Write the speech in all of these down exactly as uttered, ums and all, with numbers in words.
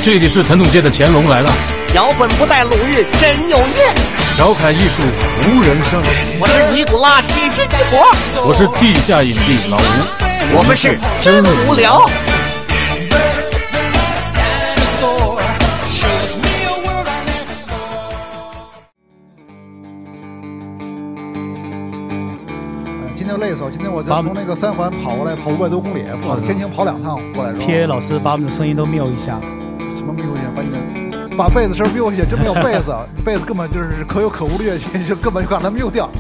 这里是腾统界的乾隆来了， 摇滚不带鲁豫真有韵， 调侃艺术无人胜。 我是尼古拉喜剧帝国， 我是地下影帝老吴， 我们是真无聊。 今天累死我！今天我就从那个三环跑过来，跑五百多公里，跑天津跑两趟过来。 P A 老师把我们的声音都瞄一下， 什么瞄一下？把你的把贝斯声瞄一下，真没有贝斯，贝斯根本就是可有可无的乐器，就根本就把它瞄掉。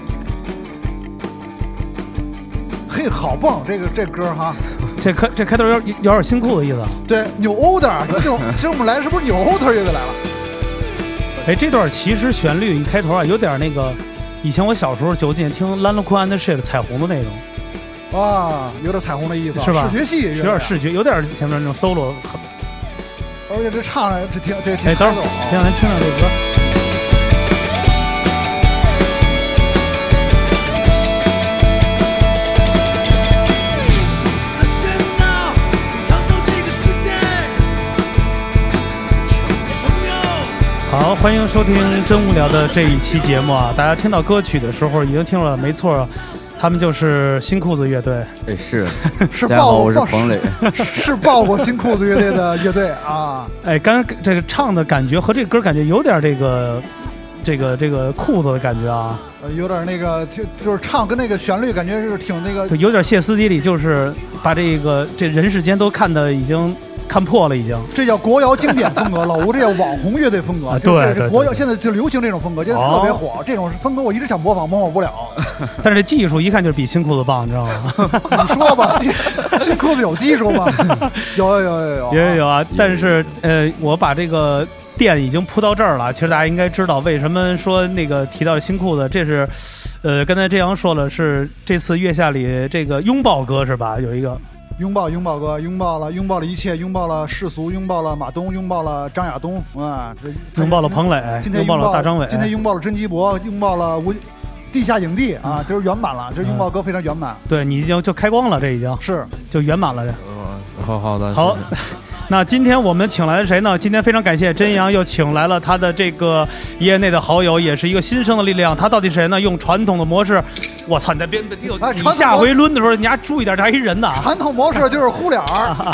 嘿，好棒！这个这歌哈， 这开这开头有有点新裤的意思。 对，纽欧的，就其实我们来是不是纽欧特乐队来了？ 哎，这段其实旋律一开头啊，有点那个。以前我小时候九几年听 Lano Cool and Shit 彩虹的那种， 哇，有点彩虹的意思， 是吧？ 视觉系有点视觉，有点前面那种 solo， 而且这唱的这挺这挺哎，走，先让咱听听这歌。好，欢迎收听真无聊的这一期节目啊！大家听到歌曲的时候已经听了，没错，他们就是新裤子乐队。 哎，是是抱我是彭磊， 是抱过新裤子乐队的乐队啊！ 哎，刚刚这个唱的感觉和这个歌感觉有点这个这个这个裤子的感觉啊， 呃，有点那个就就是唱跟那个旋律感觉是挺那个， 就有点歇斯底里，就是把这个这人世间都看得已经。看破了已经， 这叫国谣经典风格，老吴这叫网红乐队风格。 啊、对对， 国谣现在就流行这种风格，就特别火。哦、这种风格我一直想模仿，模仿不了。 但是这技术一看就是比新裤子棒，你知道吗？ 你说吧，新裤子有技术吗？有有有有有有有有啊！但是呃，我把这个店已经铺到这儿了。其实大家应该知道，为什么说那个提到新裤子，这是呃，刚才这样说了，是这次月下里这个拥抱哥是吧？有一个。 拥抱拥抱哥，拥抱了拥抱了一切，拥抱了世俗，拥抱了马东，拥抱了张亚东啊， 拥抱了彭磊， 今天拥抱了大张伟， 今天拥抱了甄基博，拥抱了无地下影帝啊，这是圆满了，这拥抱哥非常圆满。 嗯、对你已经就开光了，这已经是就圆满了这。 哦，好好的， 好。那今天我们请来了谁呢？今天非常感谢真阳又请来了他的这个业内的好友，也是一个新生的力量。他到底谁呢？用传统的模式，我操，你在边你下回抡的时候你还注意点，这还一人呢。 传统模式就是呼脸儿。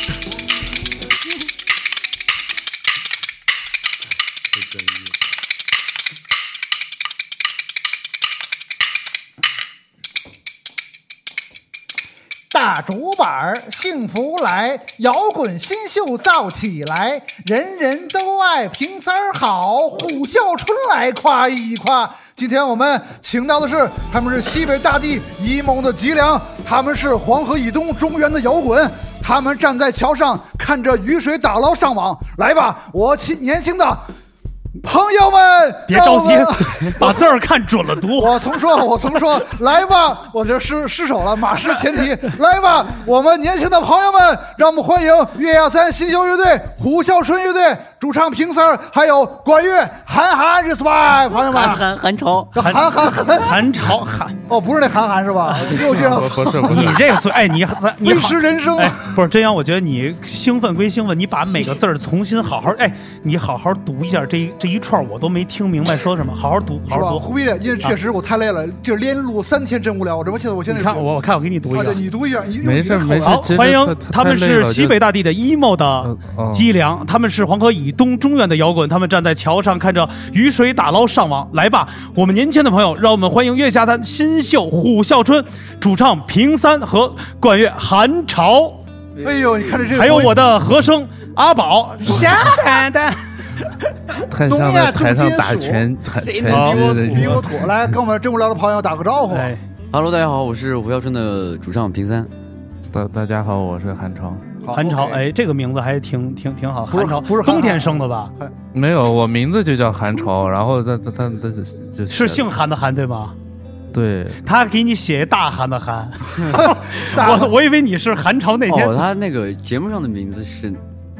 大竹板幸福来，摇滚新秀造起来，人人都爱平三儿好，虎啸春来夸一夸。今天我们请到的是，他们是西北大地一梦的脊梁，他们是黄河以东中原的摇滚，他们站在桥上看着雨水打捞上网。来吧，我年轻的朋友们， 别着急，把字儿看准了读。 我重说，我重说，来吧，我这失失手了，马失前蹄。来吧，我们年轻的朋友们，让我们欢迎月亚三新秀乐队、虎啸春乐队主唱平三儿，还有管乐韩寒 respect， 朋友们， 韩寒韩潮， 韩韩韩韩潮韩， 哦，不是那韩寒是吧？又这样， 不是不是， 你这个嘴，哎，你你飞驰人生， 哎，不是真阳，我觉得你兴奋归兴奋，你把每个字儿重新好好，哎，你好好读一下这一这一串，我都没听明白说什么，好好读，好好读。 胡逼的，因为确实我太累了，就连录三天真无聊。我这我现在我现在你看我我看我给你读一个， 你读一下， 没事没事。 好，欢迎他们是西北大地的 emo 的脊梁，他们是黄河以东中原的摇滚，他们站在桥上看着雨水打捞上网。来吧，我们年轻的朋友，让我们欢迎月下三新秀虎啸春主唱平三和管乐韩潮。 哎呦，你看这这， 还有我的和声阿宝，傻蛋蛋。 太像在台上打拳， 谁能比我土？来，跟我们真无聊的朋友打个招呼。 哎 Hello， 大家好，我是虎啸春的主唱平三。 大大家好，我是韩潮。 韩潮，哎，这个名字还挺挺挺好。 韩潮不是冬天生的吧？ 没有，我名字就叫韩潮，然后他他他他就是姓韩的韩对吗？ 对， 他给你写大韩的韩，我我以为你是韩潮那天。 哦，他那个节目上的名字是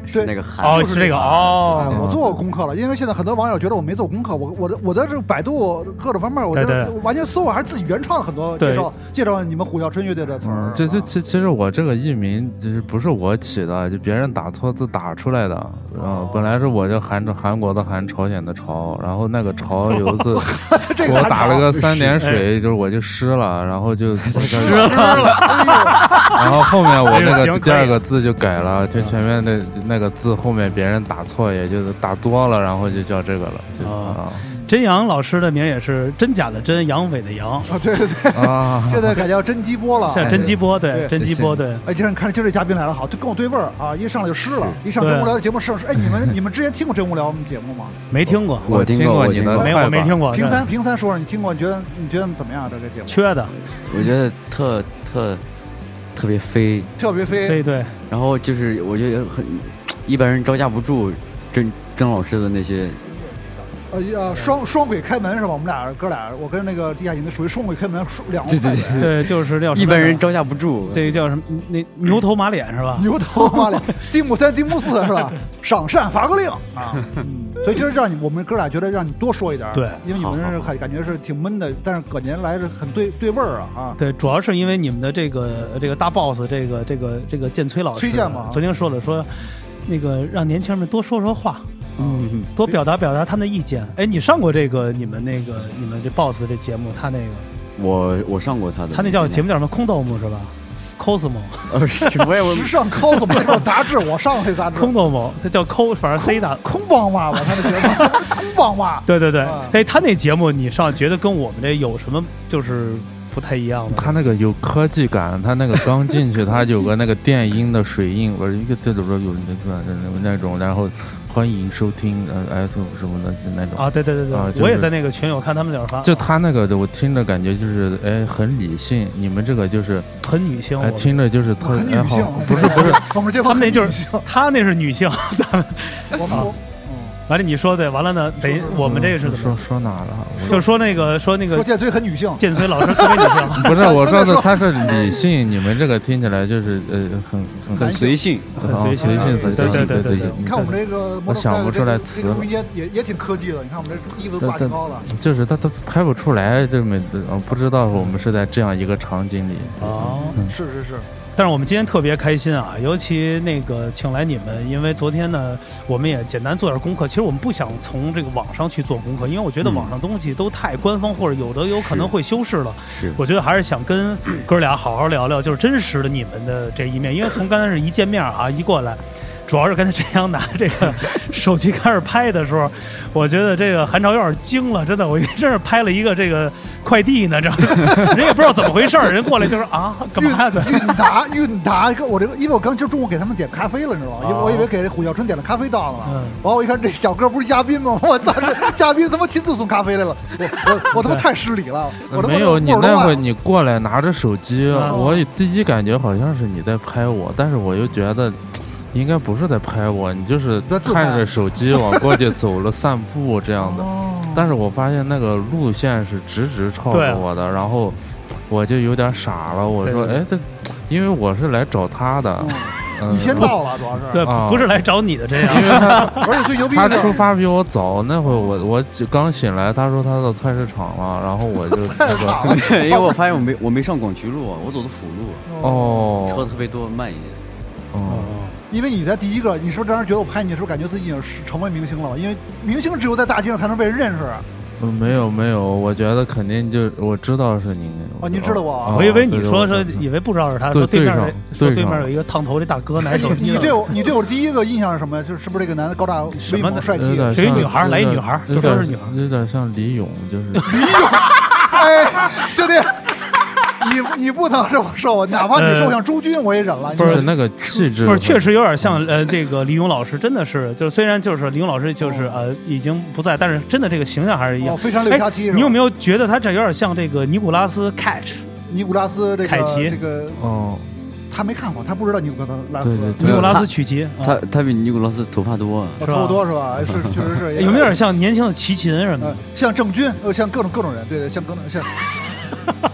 是那个韩哦，是这个哦、 哎，我做过功课了，因为现在很多网友觉得我没做功课，我我的我的这个百度各种方面，我觉得完全搜，还是自己原创了很多介绍介绍你们虎啸春乐队的词儿。 这这其其实我这个艺名就是不是我起的，就别人打错字打出来的。啊、呃，本来是我叫韩韩国的韩，朝鲜的朝，然后那个朝有一次给我打了个三点水，就是我就湿了，然后就湿了， 然后后面我那个第二个字就改了，就前面的那个字后面别人打错，也就打多了，然后就叫这个了。啊， 真阳老师的名也是真假的真，阳痿的阳啊，对对对啊，现在改叫真鸡波了， 现在真鸡波，对，真鸡波，对。 哎，这看今儿这嘉宾来了，好，就跟我对味儿啊，一上来就湿了，一上真无聊的节目上湿。哎，你们你们之前听过真无聊节目吗？ 没听过， 我听过你的， 没有，没听过。 平三平三说说，你听过？你觉得你觉得怎么样？这个节目缺的， 我觉得特特特别飞， 特别飞， 对对。 然后就是我觉得很一般人招架不住甄甄老师的那些。 呃呃，双双轨开门是吧？我们俩哥俩，我跟那个地下营的属于双轨开门，两个对对对，就是叫一般人招架不住。 这个叫什么？那牛头马脸是吧？ 牛头马脸，丁木三、丁木四是吧？赏善罚个令啊！嗯，所以就是让你我们哥俩觉得让你多说一点， 对， 因为你们是感感觉是挺闷的，但是隔年来是很对对味儿啊啊！ 对，主要是因为你们的这个这个大 boss 这个这个这个建崔老师崔健嘛， 昨天说了说，那个让年轻人们多说说话。嗯，多表达表达他们的意见。哎，你上过这个你们那个你们这 boss 这节目，他那个我我上过他的， 他那叫节目叫什么？空斗木是吧 ？Cosmo， 呃，什么呀？ 时尚 Cosmo 那种杂志，我上过这杂志。 空斗木，它叫 Co， 反正 C 打空邦娃娃，他那节目空邦娃。 对对对，哎，他那节目你上觉得跟我们这有什么就是不太一样的？ 他那个有科技感，他那个刚进去，他有个那个电音的水印，我一个这里边有那个那种，然后。欢迎收听呃 S 什么的那种啊，对对对对，啊就是、我也在那个群里，我看他们俩发。 就他那个的，我听着感觉就是哎很理性，你们这个就是很女性， 哎听着就是特很女性， 哎、不是不是， 他们那就是他那是女性，咱们我们。啊完了，你说对，完了呢，得我们这个是怎么说说哪了？ 就说那个说那个说建崔很女性， 建崔老师特别女性， 不是我说的，他是理性，你们这个听起来就是呃很很随性， 很随性，随性， 对对对对。 你看我们这个， 我想不出来词了， 也也也挺科技的。你看我们这衣服挂挺高了， 就是他他拍不出来，这么不知道我们是在这样一个场景里。 哦， 是是是。 但是我们今天特别开心啊，尤其那个请来你们，因为昨天呢，我们也简单做点功课。其实我们不想从这个网上去做功课，因为我觉得网上东西都太官方，或者有的有可能会修饰了。 是， 我觉得还是想跟哥俩好好聊聊，就是真实的你们的这一面。因为从刚开始一见面啊，一过来。主要是跟他这样拿这个手机开始拍的时候，我觉得这个韩朝有点惊了，真的，我以为真是拍了一个这个快递呢，这人也不知道怎么回事，人过来就说啊，干嘛的？ 韵达韵达，我这个因为我刚今儿中午给他们点咖啡了，你知道吗？因为我以为给虎啸春点了咖啡到了，完、嗯、后我一看这小哥不是嘉宾吗？我操，这嘉宾怎么亲自送咖啡来了？我我我他妈太失礼了！我没有，你那会你过来拿着手机，嗯、我第一感觉好像是你在拍我，但是我又觉得。应该不是在拍我，你就是看着手机往过去走了散步这样的。但是我发现那个路线是直直朝着我的，然后我就有点傻了。我说：“哎，这，因为我是来找他的。 嗯”你先到了，主要是对， 啊、 不是来找你的这样。 因为他而且最牛逼他出发比我早，那会我我刚醒来，他说他到菜市场了，然后我就菜市场， 因为我发现我没我没上广渠路，我走的辅路， 哦， 车特别多，慢一点。 哦。 因为你在第一个，你是不是当时觉得我拍你，是不是感觉自己已经是成为明星了？因为明星只有在大街上才能被人认识。 嗯，没有没有，我觉得肯定就我知道是您。 哦，您知道我、啊？ 我以为你说说，以为不知道是他。说对面说对面有一个烫头的大哥拿手机。 你对我，你对我第一个印象是什么？就是是不是这个男的高大威猛帅气？ 是一女孩，来一女孩，就说是女孩， 有点像李咏，就是李咏。哎，兄弟。你你不能这么说我，哪怕你说像朱军，我也忍了。 不是那个气质， 不是确实有点像呃，这个李咏老师，真的是，就虽然就是李咏老师就是呃已经不在，但是真的这个形象还是一样， 哦、非常六加七。 你有没有觉得他这有点像这个尼古拉斯凯奇？ 尼古拉斯这个凯奇这个哦， 他没看过，他不知道尼古拉斯。 对对对， 尼古拉斯曲奇， 他他比尼古拉斯头发多， 头发多是吧？是确实是。 有没有点像年轻的齐秦什么的？ 像郑钧，呃，像各种各种人，对对，像各种像。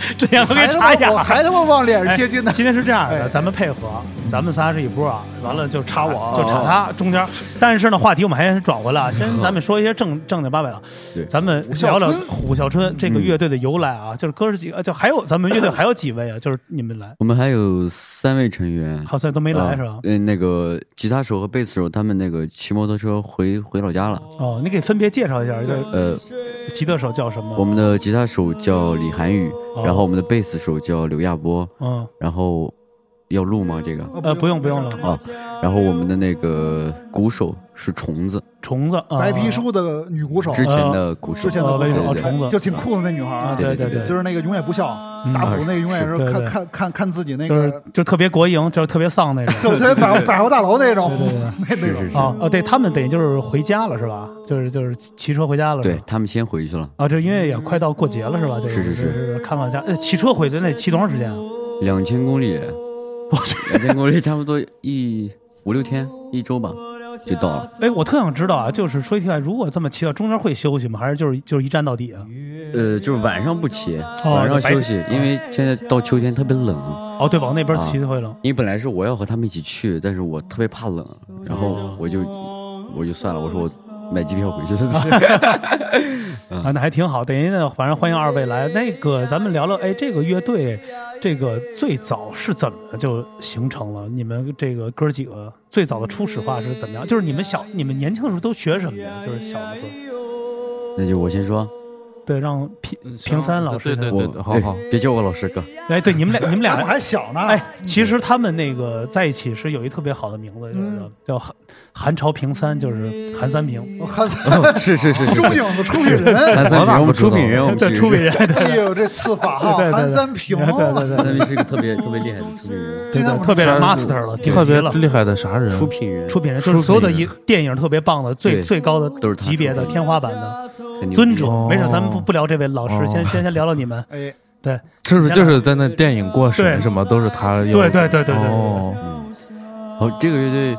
这样都给插哑了， 还他妈往脸上贴金呢。 今天是这样的，咱们配合，咱们仨是一波啊，完了就插我，就插他中间。但是呢，话题我们还是转回来啊，先咱们说一些正正经八百的，咱们聊聊虎啸春这个乐队的由来啊，就是哥是几个，就还有咱们乐队还有几位啊，就是你们来， 我们还有三位成员， 好像都没来是吧？ 嗯，那个吉他手和贝斯手他们那个骑摩托车回回老家了。 哦，你给分别介绍一下，呃，吉他手叫什么？ 我们的吉他手叫李涵宇，哦、然后我们的贝斯手叫刘亚波，嗯，然后要录吗？这个？ 呃，不用不用了啊。然后我们的那个鼓手是虫子， 虫子，啊、 白皮书的女鼓手， 之前的鼓手， 之前的鼓手， 虫子就挺酷的那女孩， 啊、对对对， 就是那个永远不笑，打鼓那个永远是看看看看自己那个，就是就特别国营，就是特别丧那种， 特别百百货大楼那种， 那那种啊哦，对他们等于就是回家了是吧？就是就是骑车回家了， 对他们先回去了啊，这因为也快到过节了是吧？ 是是是，看望家，呃，骑车回去那骑多长时间啊？ 两千公里， 我去， 两千公里差不多一五六天一周吧。就到了。 哎，我特想知道啊，就是说一下，如果这么骑到中间会休息吗？还是就是就是一站到底啊？ 呃，就是晚上不骑，哦、晚上休息，因为现在到秋天特别冷。 哦，对，往那边骑会冷、啊。 因为本来是我要和他们一起去，但是我特别怕冷，然后我就、哦、我就算了，我说我买机票回去了。 啊，那还挺好。等于呢，反正欢迎二位来。那个，咱们聊聊，哎，这个乐队。这个最早是怎么就形成了？你们这个哥几个最早的初始化是怎么样？就是你们小、你们年轻的时候都学什么呀？就是小的时候。 那就我先说。 对，让平平三老师， 对对对，好好， 别叫我老师哥。 哎，对，你们俩，你们俩还小呢。 哎，其实他们那个在一起是有一特别好的名字，就是叫韩韩朝平三，就是韩三平。 韩三是是是， 中影的出品人， 韩三平，我们出品人，我们对出品人。 哎呦，这次法哈，韩三平， 对对对，韩三平是一个特别特别厉害的出品人， 对对，特别 master 了， 特别厉害的啥人？ 出品人， 出品人就是所有的一电影特别棒的，最最高的都是级别的天花板的尊者。没事，咱们不不聊这位老师。先先先聊聊你们，哎，对， 是不是就是在那电影过审什么都是他？ 对对对对对。 哦，哦，这个乐队，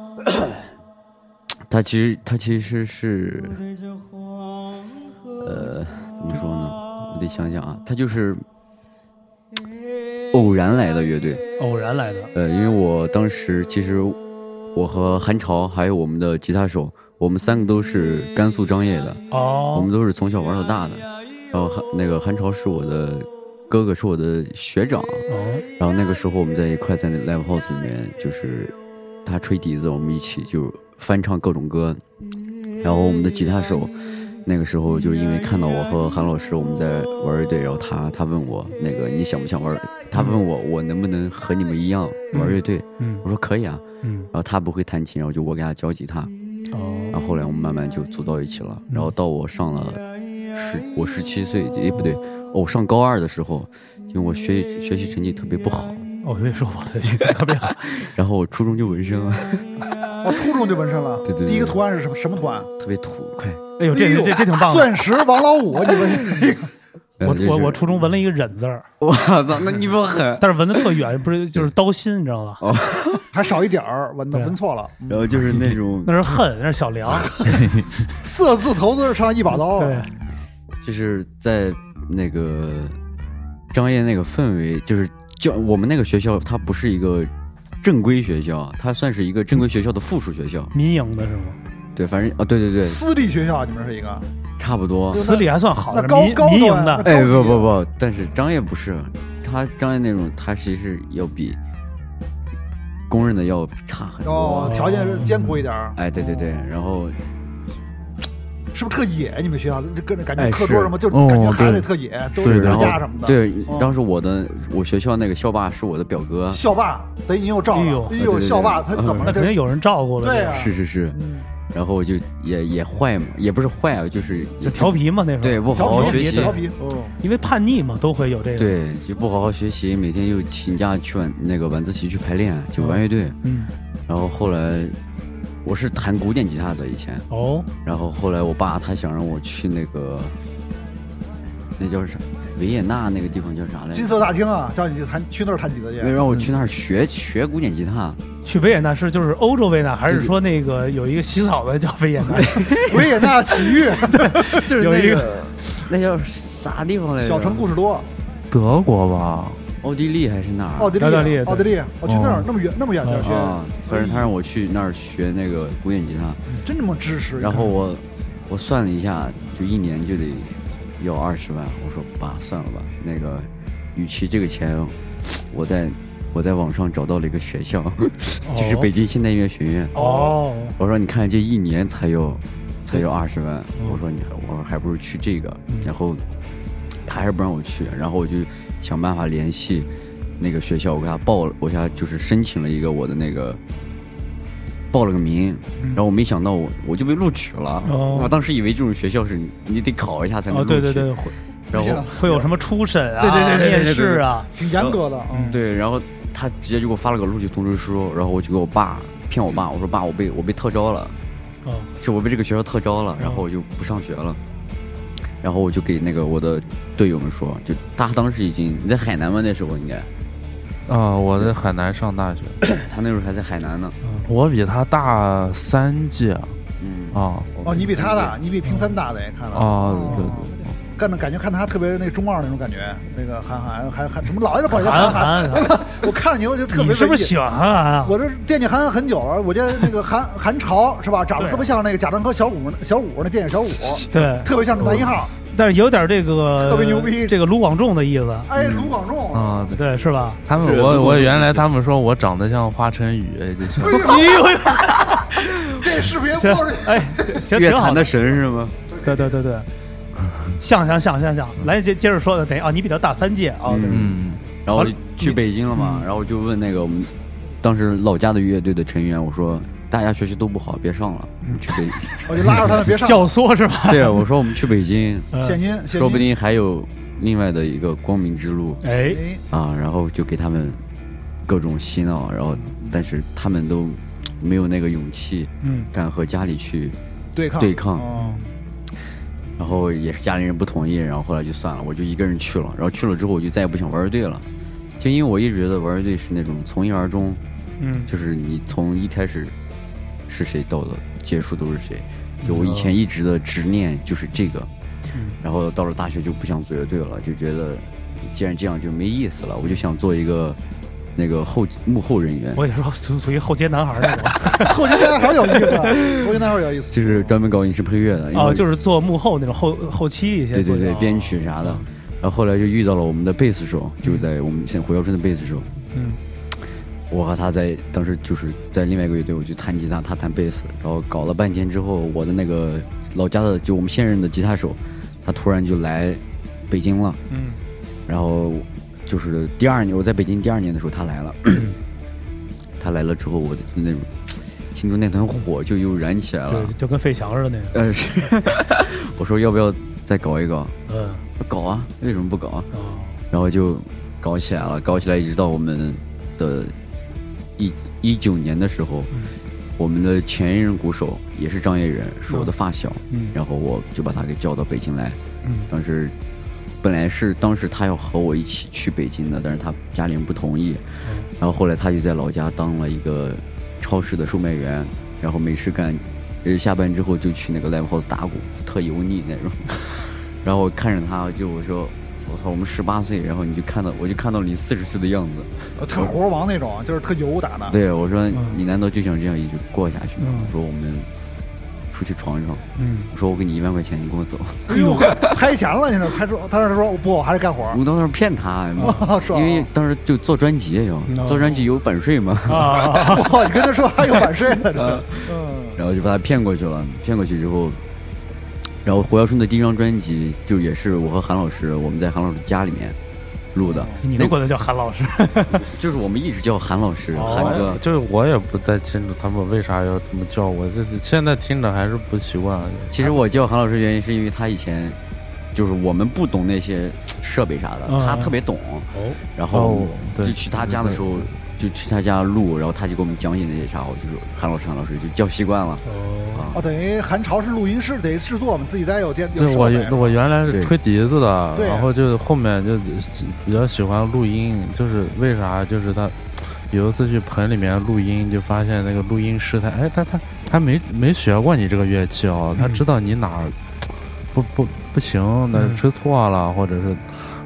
他其实他其实是，呃，怎么说呢？我得想想啊，他就是偶然来的乐队， 偶然来的。 呃，因为我当时其实我和韩朝还有我们的吉他手，我们三个都是甘肃张掖的，哦，我们都是从小玩到大的。然后韩那个韩朝是我的哥哥，是我的学长。哦。然后那个时候我们在一块在那 live house 里面，就是他吹笛子，我们一起就翻唱各种歌。然后我们的吉他手，那个时候就因为看到我和韩老师我们在玩乐队，然后他他问我那个你想不想玩？他问我我能不能和你们一样玩乐队？嗯，我说可以啊。嗯。然后他不会弹琴，然后就我给他教吉他。哦。然后后来我们慢慢就组到一起了。然后到我上了。十我十七岁，哎不对，我、哦、上高二的时候，因为我学学习成绩特别不好。 我以为说我的学习特别好， 然后我初中就纹身了。 我初中就纹身了。 对 对, 对。 第一个图案是什么什么图案？ 特别土，快。 哎呦，这这这挺棒的。 钻石王老五，你纹一个。 我我我初中纹了一个忍字儿。 我操，那你不狠？ 但是纹的特远，不是就是刀心，你知道吗？ 哦， 还少一点儿，纹的纹错了。 然后就是那种， 那是恨，那是小梁。 色字头子上一把刀。 对。 就是在那个张掖那个氛围，就是教我们那个学校，它不是一个正规学校，它算是一个正规学校的附属学校， 民营的是吗？ 对，反正啊、哦，对对对， 私立学校，你们是一个， 差不多， 私立还算好的， 那高高民营的， 哎，不不不，但是张掖不是，它张掖那种，它其实要比公认的要差很多， 哦，条件艰苦一点， 哎，对对对，然后。 是不是特野？你们学校就跟着感觉课桌什么，就感觉孩子特野，都是国家什么的。 对，当时我的我学校那个校霸是我的表哥。 校霸等于你有照顾。哎呦，校霸他怎么了？ 肯定有人照顾了。 对啊， 是是是。然后我就也也坏嘛，也不是坏啊，就是就调皮嘛那时候。 对，不好好学习。 调皮。 哦。因为叛逆嘛，都会有这个。 对，就不好好学习，每天就请假去晚那个晚自习去排练，就玩乐队。嗯。然后后来。我是弹古典吉他的以前哦，然后后来我爸他想让我去那个，那叫啥维也纳那个地方叫啥来着？ 金色大厅啊，叫你去弹去那儿弹吉他去。 没让我去那儿学、嗯、学古典吉他。 去维也纳是就是欧洲维也纳，还是说那个有一个洗澡的叫维也纳？ 维也纳奇遇， 就是有一个那叫啥地方来着？ 小城故事多。 德国吧？ 奥地利还是哪儿？ 奥地利，奥地利，奥地利，我去那儿那么远那么远地儿学啊！反正他让我去那儿学那个古典吉他， 真这么支持。 然后我我算了一下，就一年就得要二十万。我说爸，算了吧，那个与其这个钱，我在我在网上找到了一个学校，就是北京现代音乐学院。 哦， 我说你看这一年才有才有二十万，我说你我说还不如去这个，然后他还是不让我去，然后我就想办法联系那个学校，我给他报了，我给他就是申请了一个我的那个报了个名，然后我没想到我我就被录取了。哦、我当时以为这种学校是你得考一下才能录取。 哦、对对对， 然后会有什么初审啊？ 对对对面试啊， 挺严格的。 嗯，对，然后他直接就给我发了个录取通知书，然后我就给我爸骗我爸，我说爸，我被我被特招了，哦，就我被这个学校特招了，然后我就不上学了。然后我就给那个我的队友们说，就他当时已经你在海南吗？那时候应该啊、呃，我在海南上大学， 他那时候还在海南呢。 我比他大三届， 嗯啊哦，你比他大，你比平三大的，看了啊，对对。 干的感觉看他特别那中二那种感觉，那个韩寒韩寒什么老爷子管叫韩寒，我看着你我就特别。 你是不是喜欢韩寒啊？ 我这惦记韩寒很久了，我觉得那个韩韩潮是吧，长得特别像那个贾樟柯小五小五那电影小五， 对， 特别像男一号。 但是有点这个特别牛逼， 这个卢广仲的意思。 哎，卢广仲啊， 对对是吧？ 他们我我原来他们说我长得像华晨宇，就行。 哎呦，这视频行，哎，行， 乐坛的神是吗？ 对对对对，像像像像像，来接接着说的，等于啊，你比他大三届啊， 嗯， 然后去北京了嘛，然后就问那个我们当时老家的乐队的成员，我说。大家学习都不好，别上了，我们去北京。 我就拉着他们别上。 教唆是吧？ 对，我说我们去北京， 献音， 说不定还有另外的一个光明之路。 哎， 啊，然后就给他们各种洗脑，然后但是他们都没有那个勇气，嗯，敢和家里去对抗对抗。哦、然后也是家里人不同意，然后后来就算了，我就一个人去了。然后去了之后，我就再也不想玩乐队了，就因为我一直觉得玩乐队是那种从一而终，嗯，就是你从一开始。是谁到的结束都是谁，就我以前一直的执念就是这个，嗯、然后到了大学就不想做乐队了，就觉得既然这样就没意思了，我就想做一个那个后幕后人员。 我也说属属于后街男孩那种， 后街男孩有意思，后街男孩有意思， 就是专门搞影视配乐的。 哦，就是做幕后那种后后期一些。 对对对，编曲啥的。然后后来就遇到了我们的贝斯手，就在我们现在火药村的贝斯手。嗯。我和他在当时就是在另外一个乐队，我去弹吉他，他弹贝斯，然后搞了半天之后，我的那个老家的就我们现任的吉他手，他突然就来北京了，嗯，然后就是第二年我在北京第二年的时候他来了，他来了之后，我的那种心中那团火就又燃起来了， 对，就跟费翔似的那个， 呃，是，我说要不要再搞一搞？嗯，搞啊，为什么不搞啊？哦，然后就搞起来了，搞起来一直到我们的。一一九年的时候，嗯、我们的前一任鼓手也是张业仁，是我的发小，嗯、然后我就把他给叫到北京来。嗯、当时本来是当时他要和我一起去北京的，但是他家里人不同意。嗯、然后后来他就在老家当了一个超市的售卖员，然后没事干，呃，下班之后就去那个 live house 打鼓，特油腻那种。然后我看着他，就我说。我操！我们十八岁，然后你就看到，我就看到你四十岁的样子， 特活王那种，就是特油打的。 对，我说、嗯、你难道就想这样一直过下去吗？嗯、我说我们出去闯一闯。嗯，我说我给你一万块钱，你跟我走。 哎呦，拍钱了，你这拍出？他是说不，我还是干活。 我当时骗他，哦、因为当时就做专辑有、哦、做专辑有版税嘛。 啊！哇，你跟他说还有版税呢， 嗯，然后就把他骗过去了。骗过去之后。然后火药村的第一张专辑就也是我和韩老师我们在韩老师家里面录的。 你能管他叫韩老师？ 就是我们一直叫韩老师，韩哥。 就是我也不太清楚他们为啥要这么叫我，这现在听着还是不习惯。 其实我叫韩老师原因是因为他以前就是我们不懂那些设备啥的，嗯、他特别懂。哦。然后就去他家的时候。就去他家录，然后他就给我们讲解那些啥，就是韩老师，韩老师就叫习惯了。 哦，啊、哦，等于韩潮是录音室得制作嘛，自己家有电。 对，我我原来是吹笛子的，然后就后面就比较喜欢录音，就是为啥？就是他有一次去棚里面录音，就发现那个录音师他哎他他他没没学过你这个乐器哦，他知道你哪儿不不不行，那吹错了，嗯、或者是。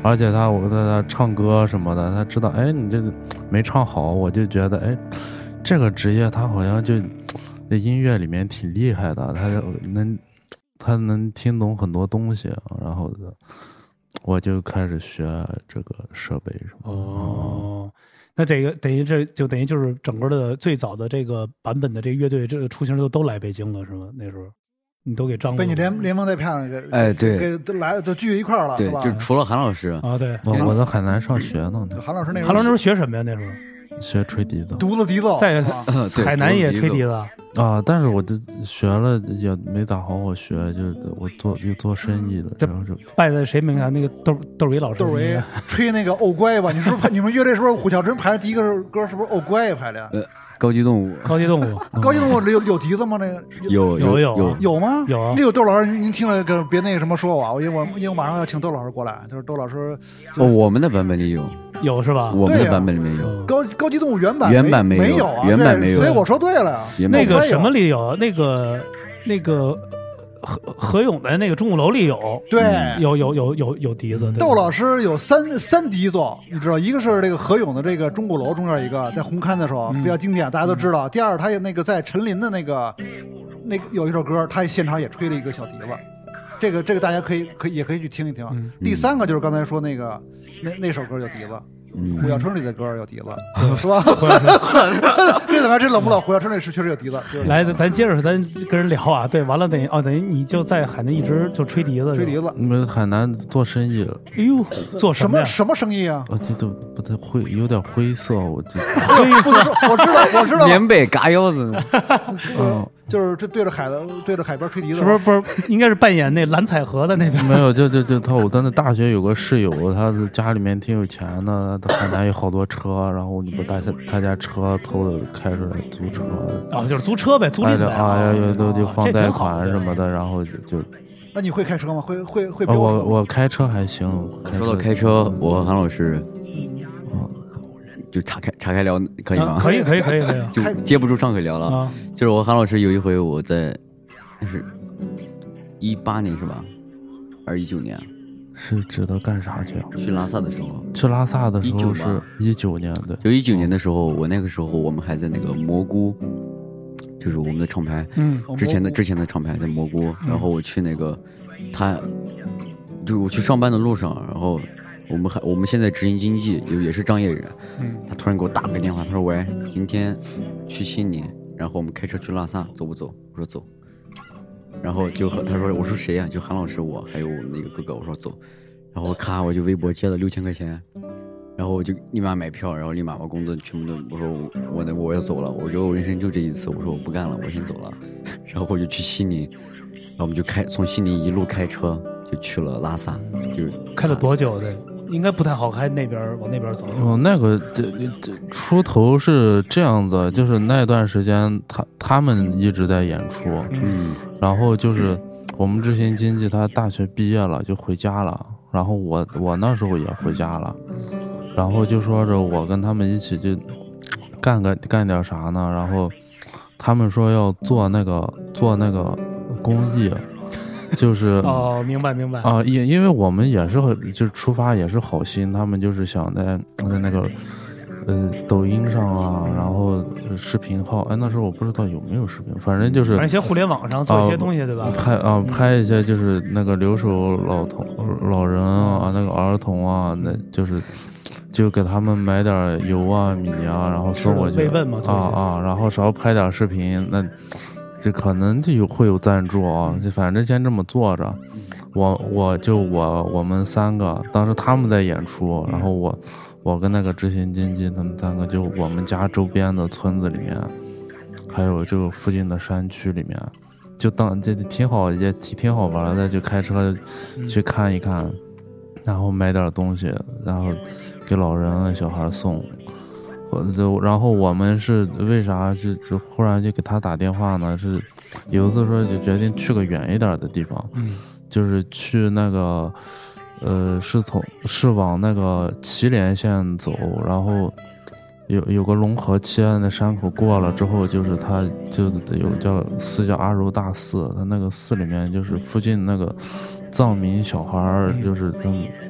而且他我跟他唱歌什么的，他知道，哎，你这个没唱好，我就觉得，哎，这个职业他好像就在音乐里面挺厉害的，他能他能听懂很多东西，然后我就开始学这个设备什么。 哦，那这个等于这就等于就是整个的最早的这个版本的这个乐队这个雏形都都来北京了是吗？那时候你都给张罗被你连连蒙带骗给哎对给都来都聚一块了， 对， 是吧？ 就除了韩老师啊，对， 我我在海南上学呢。 韩老师那时候韩老师学什么呀？那时候学吹笛子， 独子笛子， 在海南也吹笛子啊，但是我就学了也没咋好好学，就我做又做生意了，然后就拜在谁名下？那个窦窦唯老师， 窦唯吹那个《欧乖》吧？你是不是你们乐队是不是胡小晨排的第一个歌？是不是《欧乖》排的？ 呃，高级动物， 高级动物， 高级动物里有有笛子吗？那个有有有有吗？ 有啊。 那个窦老师，您听了个别那个什么说我，因为我因为我马上要请窦老师过来，就是窦老师。 哦，我们的版本里有。 有是吧？ 我们的版本里面有高高级动物原版， 原版没没有啊， 原版没有， 所以我说对了呀。 那个什么里有？那个那个何何勇的那个钟鼓楼里有， 对， 有有有有有笛子。 窦老师有三三笛子，你知道，一个是这个何勇的这个钟鼓楼中间一个，在红磡的时候比较经典，大家都知道。第二，他有那个在陈琳的那个那个有一首歌，他现场也吹了一个小笛子。这个这个大家可以可以也可以去听一听。嗯、第三个就是刚才说那个那那首歌有笛子，嗯、胡小春里的歌有笛子，嗯、是吧？这怎么样？这冷不冷？胡小春里是确实有笛子。 来，咱接着咱跟人聊啊。对，完了等于哦，等于你就在海南一直就吹笛子， 吹笛子。 你们海南做生意了？ 哎呦，做什么什么生意啊？ 我这都不太灰，有点灰色，我就灰色。我知道，我知道。 缅北嘎腰子。 嗯。就是这对着海的对着海边吹笛子， 是不是不是应该是扮演那蓝彩河在那边？ 没有，就就就他我在那大学有个室友，他家里面挺有钱的，他海南有好多车，然后你不带他他家车偷的开出来租车啊，就是租车呗，租赁呗啊，有都就放贷款什么的，然后就就。 那你会开车吗？会会会？ 我我开车还行。 说到开车，我和韩老师。就岔开岔开聊可以吗？ 啊、可以可以可以可以， 就接不住上可以聊了。啊、就是我韩老师有一回我在，那是一八年是吧？还是一九年？ 是指的干啥去啊？ 去拉萨的时候。 去拉萨的时候是一九年的。 就一九年的时候，我那个时候我们还在那个蘑菇，就是我们的厂牌，嗯，之前的之前的厂牌在蘑菇，然后我去那个，他，就我去上班的路上，然后。我们还我们现在执行经济也是张业人，嗯，他突然给我打个电话，他说喂，明天去新年，然后我们开车去拉萨，走不走？我说走，然后就和他说，我说谁呀、啊？就韩老师我还有我那个哥哥，我说走，然后咔我就微博借了六千块钱，然后我就立马买票，然后立马把工资全部都我说我我那我要走了，我觉得我人生就这一次，我说我不干了，我先走了，然后我就去西宁，然后我们就开从西宁一路开车就去了拉萨，就开了多久的？应该不太好开，那边往那边走。 哦，那个这这出头是这样子，就是那段时间他他们一直在演出，嗯，然后就是我们执行经济他大学毕业了就回家了，然后我我那时候也回家了，然后就说着我跟他们一起就干个干点啥呢，然后他们说要做那个做那个公益。就是哦，明白明白啊，因因为我们也是就是出发也是好心，他们就是想在在那个呃抖音上啊，然后视频号，哎那时候我不知道有没有视频，反正就是反正一些互联网上做一些东西、啊、对吧？ 拍啊拍一些就是那个留守老童老人啊，那个儿童啊，那就是就给他们买点油啊米啊，然后送过去慰问嘛啊啊，然后稍微拍点视频那。这可能就有会有赞助啊，就反正先这么做着。我我就我我们三个，当时他们在演出，然后我我跟那个执行经济他们三个，就我们家周边的村子里面，还有这个附近的山区里面，就当这挺好，也挺挺好玩的，就开车去看一看，然后买点东西，然后给老人小孩送。然后我们是为啥就就忽然就给他打电话呢？是有一次说就决定去个远一点的地方，嗯，就是去那个呃是从是往那个祁连县走，然后有有个龙河七安的山口过了之后，就是他就有叫寺叫阿柔大寺，他那个寺里面就是附近那个藏民小孩，就是他们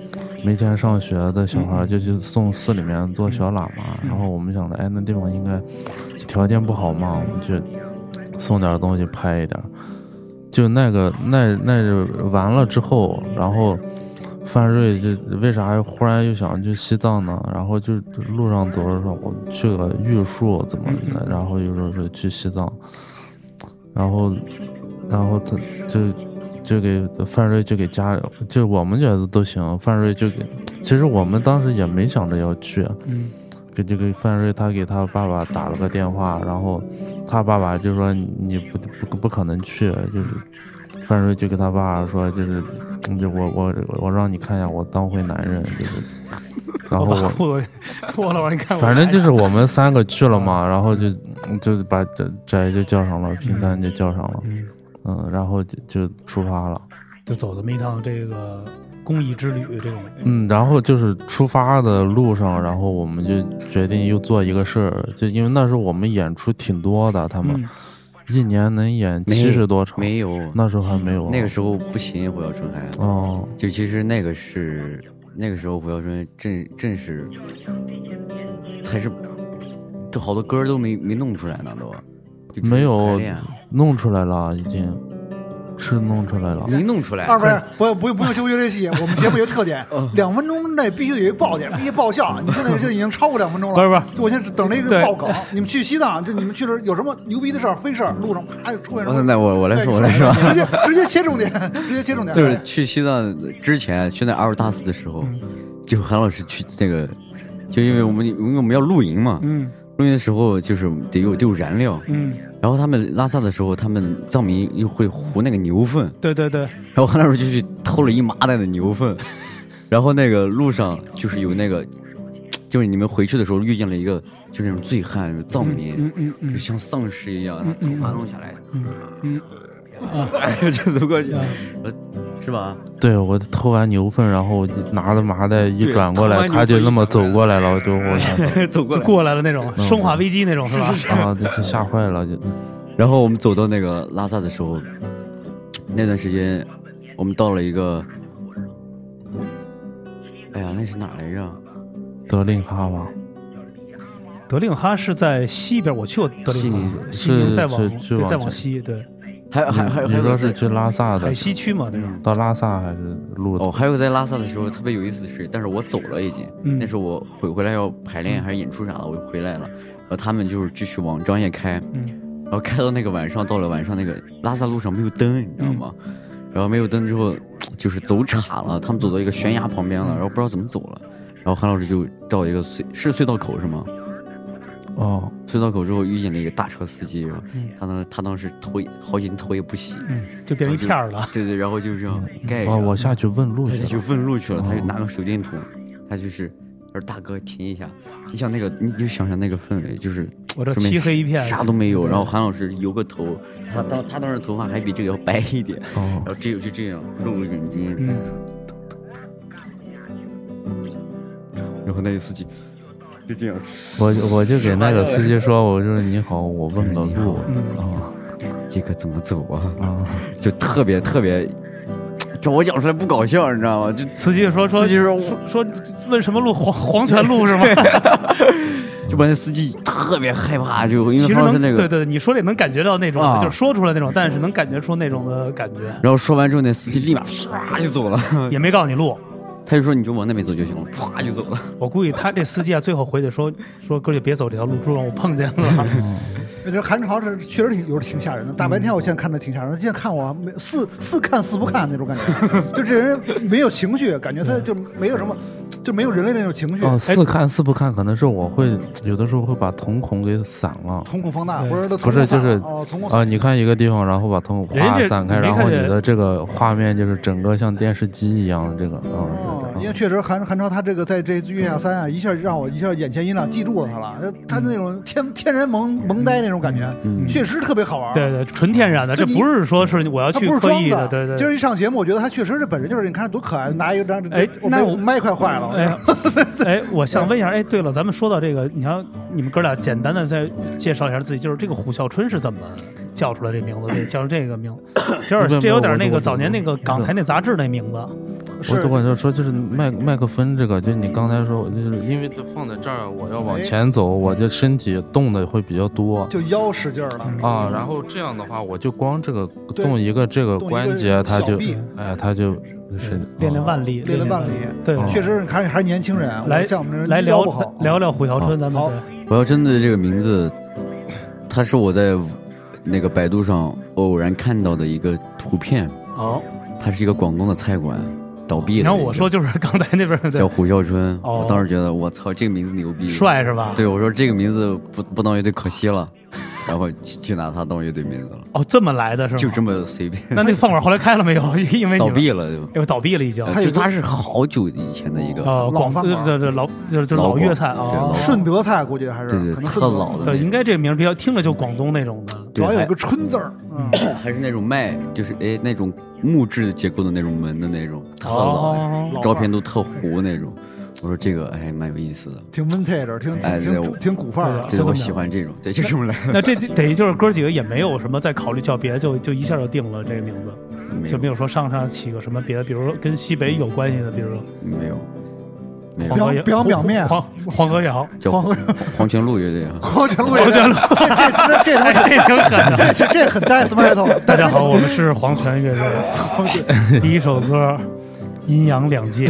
没钱上学的小孩就去送寺里面做小喇嘛，嗯、然后我们想着，哎，那地方应该条件不好嘛，我们去送点东西拍一点。就那个那那完了之后，然后范瑞就为啥忽然又想去西藏呢？然后就路上走着说，我去个玉树怎么的，然后又说是去西藏，然后然后他就。就给范瑞就给家里，就我们觉得都行，范瑞就给，其实我们当时也没想着要去，嗯，给就给范瑞他给他爸爸打了个电话，然后他爸爸就说你不不不可能去，就是范瑞就给他爸爸说，就是就我我我让你看一下我当回男人，就是，然后我我脱了，你看， 反正就是我们三个去了嘛，然后就就把这这就叫上了，平三就叫上了。嗯嗯，然后就就出发了， 就走这么一趟这个公益之旅这种。 嗯，然后就是出发的路上，然后我们就决定又做一个事儿，就因为那时候我们演出挺多的，他们、嗯、一年能演七十多场， 没有， 那时候还没有， 那个时候不行，胡小春还哦，就其实那个是那个时候胡小春正正是还是，这好多歌都没没弄出来呢都。 没有弄出来了，已经是弄出来了， 没弄出来。 二位不不不用纠结这戏，我们节目有特点，两分钟内必须有一爆点，必须爆笑。你现在这已经超过两分钟了， 不是不是， 我现在等着一个爆梗。你们去西藏，就你们去了有什么牛逼的事儿、非事儿，路上啪就出现什么？ 那我我来说，我来说， 直接直接切重点，直接切重点。 就是去西藏之前，去那阿尔大寺的时候，就韩老师去那个，就因为我们因为我们要露营嘛，嗯。录音的时候就是得有得有燃料，嗯，然后他们拉萨的时候，他们藏民又会糊那个牛粪， 对对对， 然后韩老师就去偷了一麻袋的牛粪，然后那个路上就是有那个，就是你们回去的时候遇见了一个就是那种醉汉藏民，嗯嗯嗯，就像丧尸一样，头发弄下来，嗯嗯，啊，哎呀，就走过去，呃。是吧？ 对，我偷完牛粪，然后拿着麻袋一转过来，他就那么走过来了，我就我走过来过来了那种《生化危机》那种是吧？ 啊，就吓坏了就。 然后我们走到那个拉萨的时候，那段时间我们到了一个，哎呀，那是哪来着？ 德令哈吧。 德令哈是在西边，我去过德令哈，西边再往再往西，对。 还还还你说是去拉萨的海西区嘛？对吧？ 到拉萨还是路哦？还有在拉萨的时候特别有意思的是，但是我走了已经。嗯、那时候我回回来要排练还是演出啥的，我就回来了。然后他们就是继续往张掖开，嗯，然后开到那个晚上，到了晚上那个拉萨路上没有灯，你知道吗？嗯、然后没有灯之后，就是走岔了，他们走到一个悬崖旁边了，然后不知道怎么走了。然后韩老师就照一个隧是隧道口是吗？哦，隧道口之后遇见了一个大车司机，嗯、他当他当时头好几天头也不洗， 嗯，就变成一片了。 对对，然后就这样盖。 哦，我下去问路去了。 他就去问路去了，他就拿个手电筒，他就是说大哥停一下。你想那个，你就想想那个氛围，就是我这漆黑一片， 啥都没有。然后韩老师油个头，他当他当时头发还比这个要白一点，哦，然后只有就这样露个眼睛，嗯，然后那个司机。就这样， 我我就给那个司机说，我说你好，我问个路啊， 这个怎么走啊？啊，就特别特别，这我讲出来不搞笑，你知道吗？就司机说说，司机说说说问什么路？黄黄泉路是吗？ 就把那司机特别害怕，就因为他是那个， 对对，你说的能感觉到那种，啊、就是说出来那种，但是能感觉出那种的感觉。 然后说完之后，那司机立马唰就走了， 也没告诉你路。 他就说你就往那边走就行了，啪就走了。 我估计他这司机啊，最后回去说说哥就别走这条路，就让我碰见了。 那这韩朝是确实挺有时挺吓人的，大白天我现在看他挺吓人的，现在看我四四看四不看那种感觉，就这人没有情绪，感觉他就没有什么，就没有人类那种情绪。 哦，四看四不看，可能是我会有的时候会把瞳孔给散了， 瞳孔放大，不是不是就是哦，瞳孔啊，你看一个地方，然后把瞳孔哗散开，然后你的这个画面就是整个像电视机一样，这个啊。 哦，因为确实韩韩超他这个在这月下三啊，一下让我一下眼前一亮，记住了他了，他那种天天然萌萌呆那种感觉，嗯、确实特别好玩。 对对，纯天然的，这不是说是我要去刻意的。对对， 今儿一上节目，我觉得他确实是本人就是，你看多可爱，拿一张哎，那我麦快坏了。 哎，哎，我想问一下，哎，对了，咱们说到这个，你看你们哥俩简单的再介绍一下自己，就是这个虎啸春是怎么叫出来这名字，对，叫出这个名字，这有这有点那个早年那个港台那杂志那名字。 我我就说就是麦麦克风这个，就你刚才说，就是因为它放在这儿，我要往前走，我这身体动的会比较多， 就腰使劲了啊。然后这样的话，我就光这个动一个这个关节，它就哎，它就。是练练腕力， 练练腕力，对，确实你看还是年轻人。 来， 像我们来聊聊聊虎啸春，咱们虎啸春的这个名字，它是我在那个百度上偶然看到的一个图片。哦，它是一个广东的菜馆倒闭了。 然后我说就是刚才那边叫虎啸春，我当时觉得我操，这个名字牛逼， 帅是吧？ 对，我说这个名字不不当乐队可惜了。然后就拿它当乐队名字了。 哦，这么来的是吗？ 就这么随便。 那那个饭馆后来开了没有？因为倒闭了， 因为倒闭了已经。 就它是好久以前的一个呃老饭馆， 这这老就是就是老粤菜啊， 顺德菜估计还是对对特老的。 对，应该这个名比较听着就广东那种的， 主要有个春字儿， 还是那种麦，就是哎那种木质结构的那种门的那种，特老，照片都特糊那种。我说这个哎蛮有意思的， 挺 vintage， 挺哎挺挺古范儿的，对，我喜欢这种，对，就这么来。 那这等于就是哥几个也没有什么再考虑叫别的，就就一下就定了这个名字，就没有说上上起个什么别的，比如说跟西北有关系的，比如说没有。 表表表面黄黄河谣， 黄河黄泉路乐队， 黄泉路， 黄泉路， 这这这这这挺狠的， 这这很 death metal。 大家好，我们是黄泉乐队，第一首歌。阴阳两界，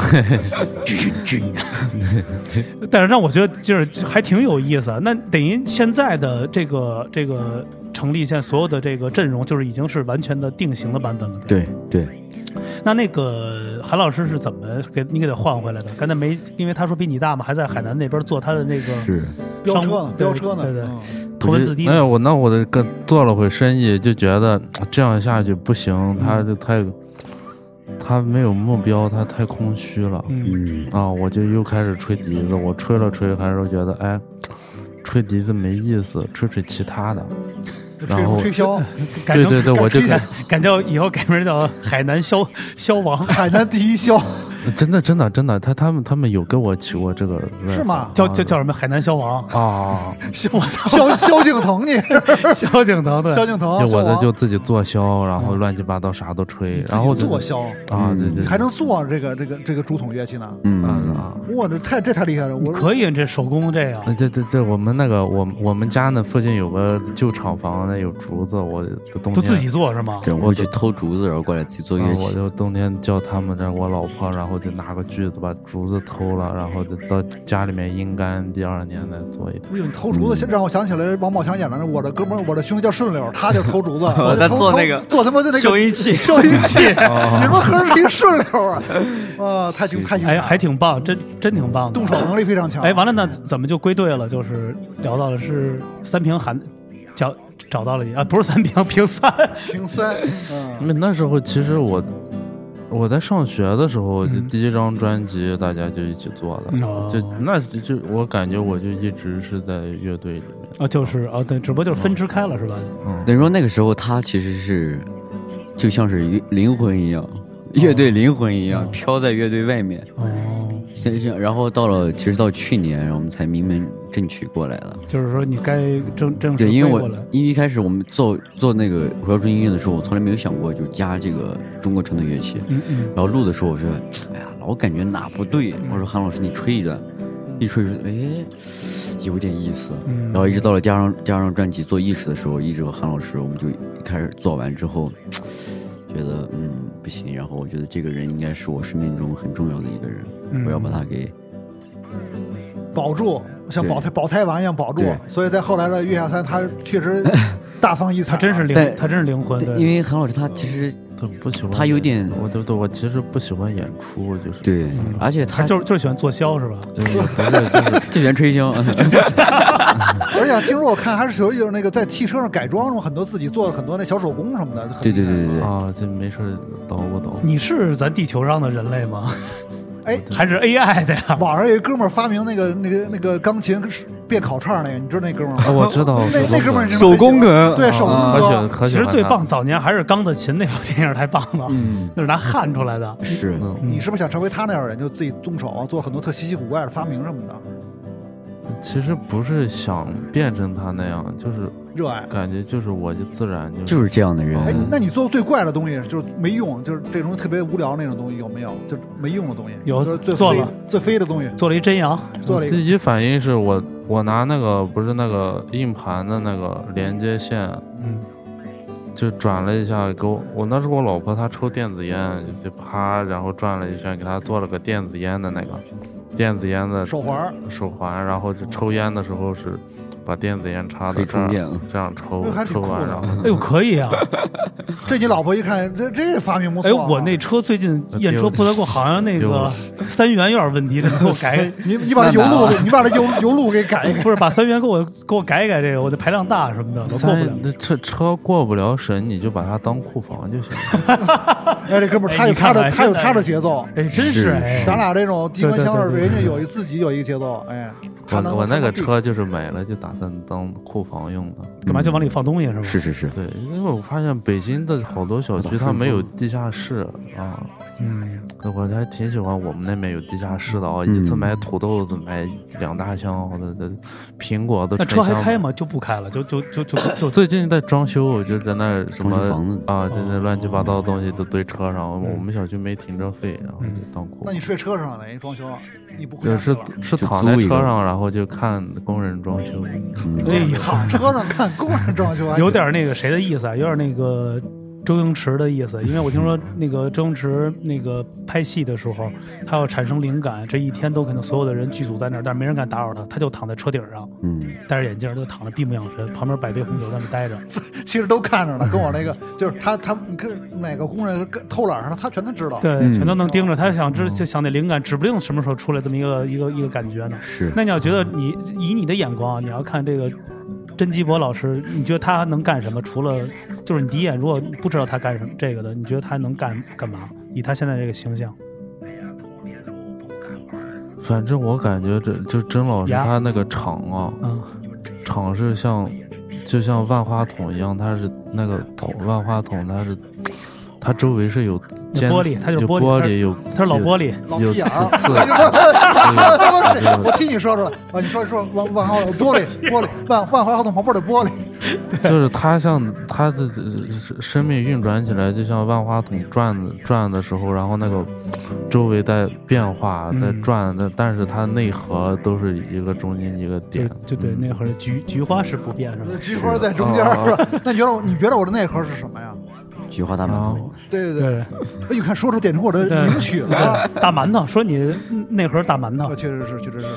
但是让我觉得就是还挺有意思。那等于现在的这个这个成立，现在所有的这个阵容就是已经是完全的定型的版本了。 对对。 那那个韩老师是怎么给你给他换回来的？刚才没，因为他说比你大嘛，还在海南那边做他的那个是飙车呢，飙车呢， 对对，头文字 D。 哎，我那我的跟做了回生意，就觉得这样下去不行，他就太。他没有目标，他太空虚了。嗯啊，我就又开始吹笛子，我吹了吹，还是觉得哎，吹笛子没意思，吹吹其他的。然后吹箫， 对对对，我就改改叫以后改名叫海南箫箫王， 海南第一箫。 真的真的真的，他他们他们有给我起过这个， 是吗？ 叫叫叫什么？海南箫王啊！ 我操，萧萧敬腾你， 萧敬腾对， 萧敬腾， 我的就自己做箫，然后乱七八糟啥都吹，然后做箫啊，对对， 还能做这个这个这个竹筒乐器呢？ 嗯啊， 哇，这太这太厉害了！我可以，这手工这样。 这这这，我们那个我我们家那附近有个旧厂房，那有竹子，我冬天都自己做是吗？ 对，我去偷竹子，然后过来自己做乐器。 我就冬天叫他们这我老婆，然后就拿个锯子。把竹子偷了，然后到家里面阴干，第二年再做一。 哎呦，你偷竹子让我想起来王宝强演的我的哥们儿，我的兄弟叫顺溜，他就偷竹子， 我在做那个做他妈的那个消音器， 消音器，你们可是挺顺溜啊！啊，太精太精彩， 哎，还挺棒，真真挺棒的， 动手能力非常强。 哎，完了呢，怎么就归队了？就是聊到了是三平韩，找找到了你啊，不是三平，平三， 平三。 嗯，那那时候其实我。我在上学的时候，就第一张专辑大家就一起做的，嗯、就那就我感觉我就一直是在乐队里面啊，就是啊，对，只不过就是分支开了、嗯、是吧？ 嗯，等于说那个时候他其实是就像是灵魂一样，哦、乐队灵魂一样、哦、飘在乐队外面。哦，然后到了其实到去年，然后我们才名门正取过来了。 就是说你该正正式对，因为我过来因为一开始我们做做那个虎啸春音乐的时候，我从来没有想过就加这个中国传统乐器。嗯嗯。然后录的时候，我说，哎呀，老感觉哪不对。我说韩老师，你吹一段，一吹说，哎，有点意思。嗯。然后一直到了第二张第二张专辑做意识的时候，一直和韩老师，我们就开始做完之后。觉得嗯不行，然后我觉得这个人应该是我生命中很重要的一个人，嗯、我要把他给保住，像保胎保胎丸一样保住。所以在后来的月下三，他确实大放异彩， 他真是灵，他真是灵魂。 因为韩老师他其实他不喜欢， 他有点， 我对对，我其实不喜欢演出，就是对，嗯、而且他就是就是喜欢做箫是吧？ 对，就是就喜欢吹箫。 而且听说我看还是有有那个在汽车上改装，很多自己做了很多那小手工什么的。 对对对对对啊，这没事捣鼓捣鼓。 你是咱地球上的人类吗？ 哎， 还是 A I 的呀？ 网上有一哥们儿发明那个那个那个钢琴变烤串那个，你知道那哥们儿吗？ 啊，我知道。 那那哥们儿手工梗， 对手工梗， 其实最棒早年还是钢的琴那部电影太棒了，嗯，那是拿焊出来的。 是， 你是不是想成为他那样人，就自己动手啊，做很多特稀奇古怪的发明什么的？ 其实不是想变成他那样，就是热爱， 感觉就是我就自然就就是这样的人。 哎，那你做的最怪的东西就是没用，就是这种特别无聊那种东西有没有？就是没用的东西有， 就是最做了最飞的东西， 做了一真阳， 做了一个。 第一反应是我我拿那个不是那个硬盘的那个连接线， 嗯。 就转了一下，给我我那是我老婆她抽电子烟，就啪，然后转了一圈，给她做了个电子烟的那个电子烟的手环手环，然后就抽烟的时候是把电子烟插到这儿，这样抽抽完，然后哎呦可以啊！ 这你老婆一看，这这发明不错、啊。 哎，我那车最近验车不得过，好像那个三元有点问题，这给我改。 你你把油路，你把这油油路给改， 不是把三元给我给我改一改，这个我的排量大什么的都过不了。 这车车过不了审，你就把它当库房就行了。 哎，这哥们儿他有他的他有他的节奏， 哎，真是哎， 咱俩这种机关枪二，人家有一自己有一个节奏，哎。 我我那个车就是买了就打算当库房用的， 干嘛就往里放东西是吧？ 是是是， 对，因为我发现北京的好多小区它没有地下室啊， 嗯， 我还挺喜欢我们那边有地下室的啊，一次买土豆子买两大箱的的苹果的。 那车还开吗？就不开了，就就就就就最近在装修，我就在那什么房子啊，这那乱七八糟的东西都堆车上，我们小区没停车费，然后就当库。 那你睡车上呢？人装修。你不会是是躺在车上，然后就看工人装修。 哎呀， 躺车上看工人装修， 有点那个谁的意思啊？有点那个周星驰的意思。因为我听说那个周星驰那个拍戏的时候，他要产生灵感，这一天都可能所有的人剧组在那儿，但是没人敢打扰他，他就躺在车顶上，嗯，戴着眼镜就躺着闭目养神，旁边摆杯红酒在那待着。 其实都看着呢，跟我那个就是他他跟哪个工人偷懒上了，他全都知道， 对，嗯、全都能盯着。他想知就想那灵感，指不定什么时候出来这么一个一个一个感觉呢。 是。 那你要觉得你以你的眼光，你要看这个甄基博老师，你觉得他能干什么？除了就是你第一眼如果不知道他干什么这个的，你觉得他能干干嘛？以他现在这个形象。 反正我感觉这就甄老师他那个厂啊， 嗯， 厂是像就像万花筒一样，它是那个筒万花筒，它是它周围是有玻璃，它有玻璃，有它是老玻璃， 有刺刺。 我替你说出来啊！你说你说万万花筒玻璃玻璃万万花筒旁边的玻璃， 就是它像它的生命运转起来，就像万花筒转转的时候，然后那个周围在变化在转，但、嗯、但是它内核都是一个中间一个点， 就对内核的菊菊花是不变是吧？ 菊花在中间是吧？那你觉得你觉得我的内核是什么呀？ 菊花大馒头， 对对对，哎，你看说出点出我的名曲了， 大馒头，说你内核大馒头， 确实是，确实是。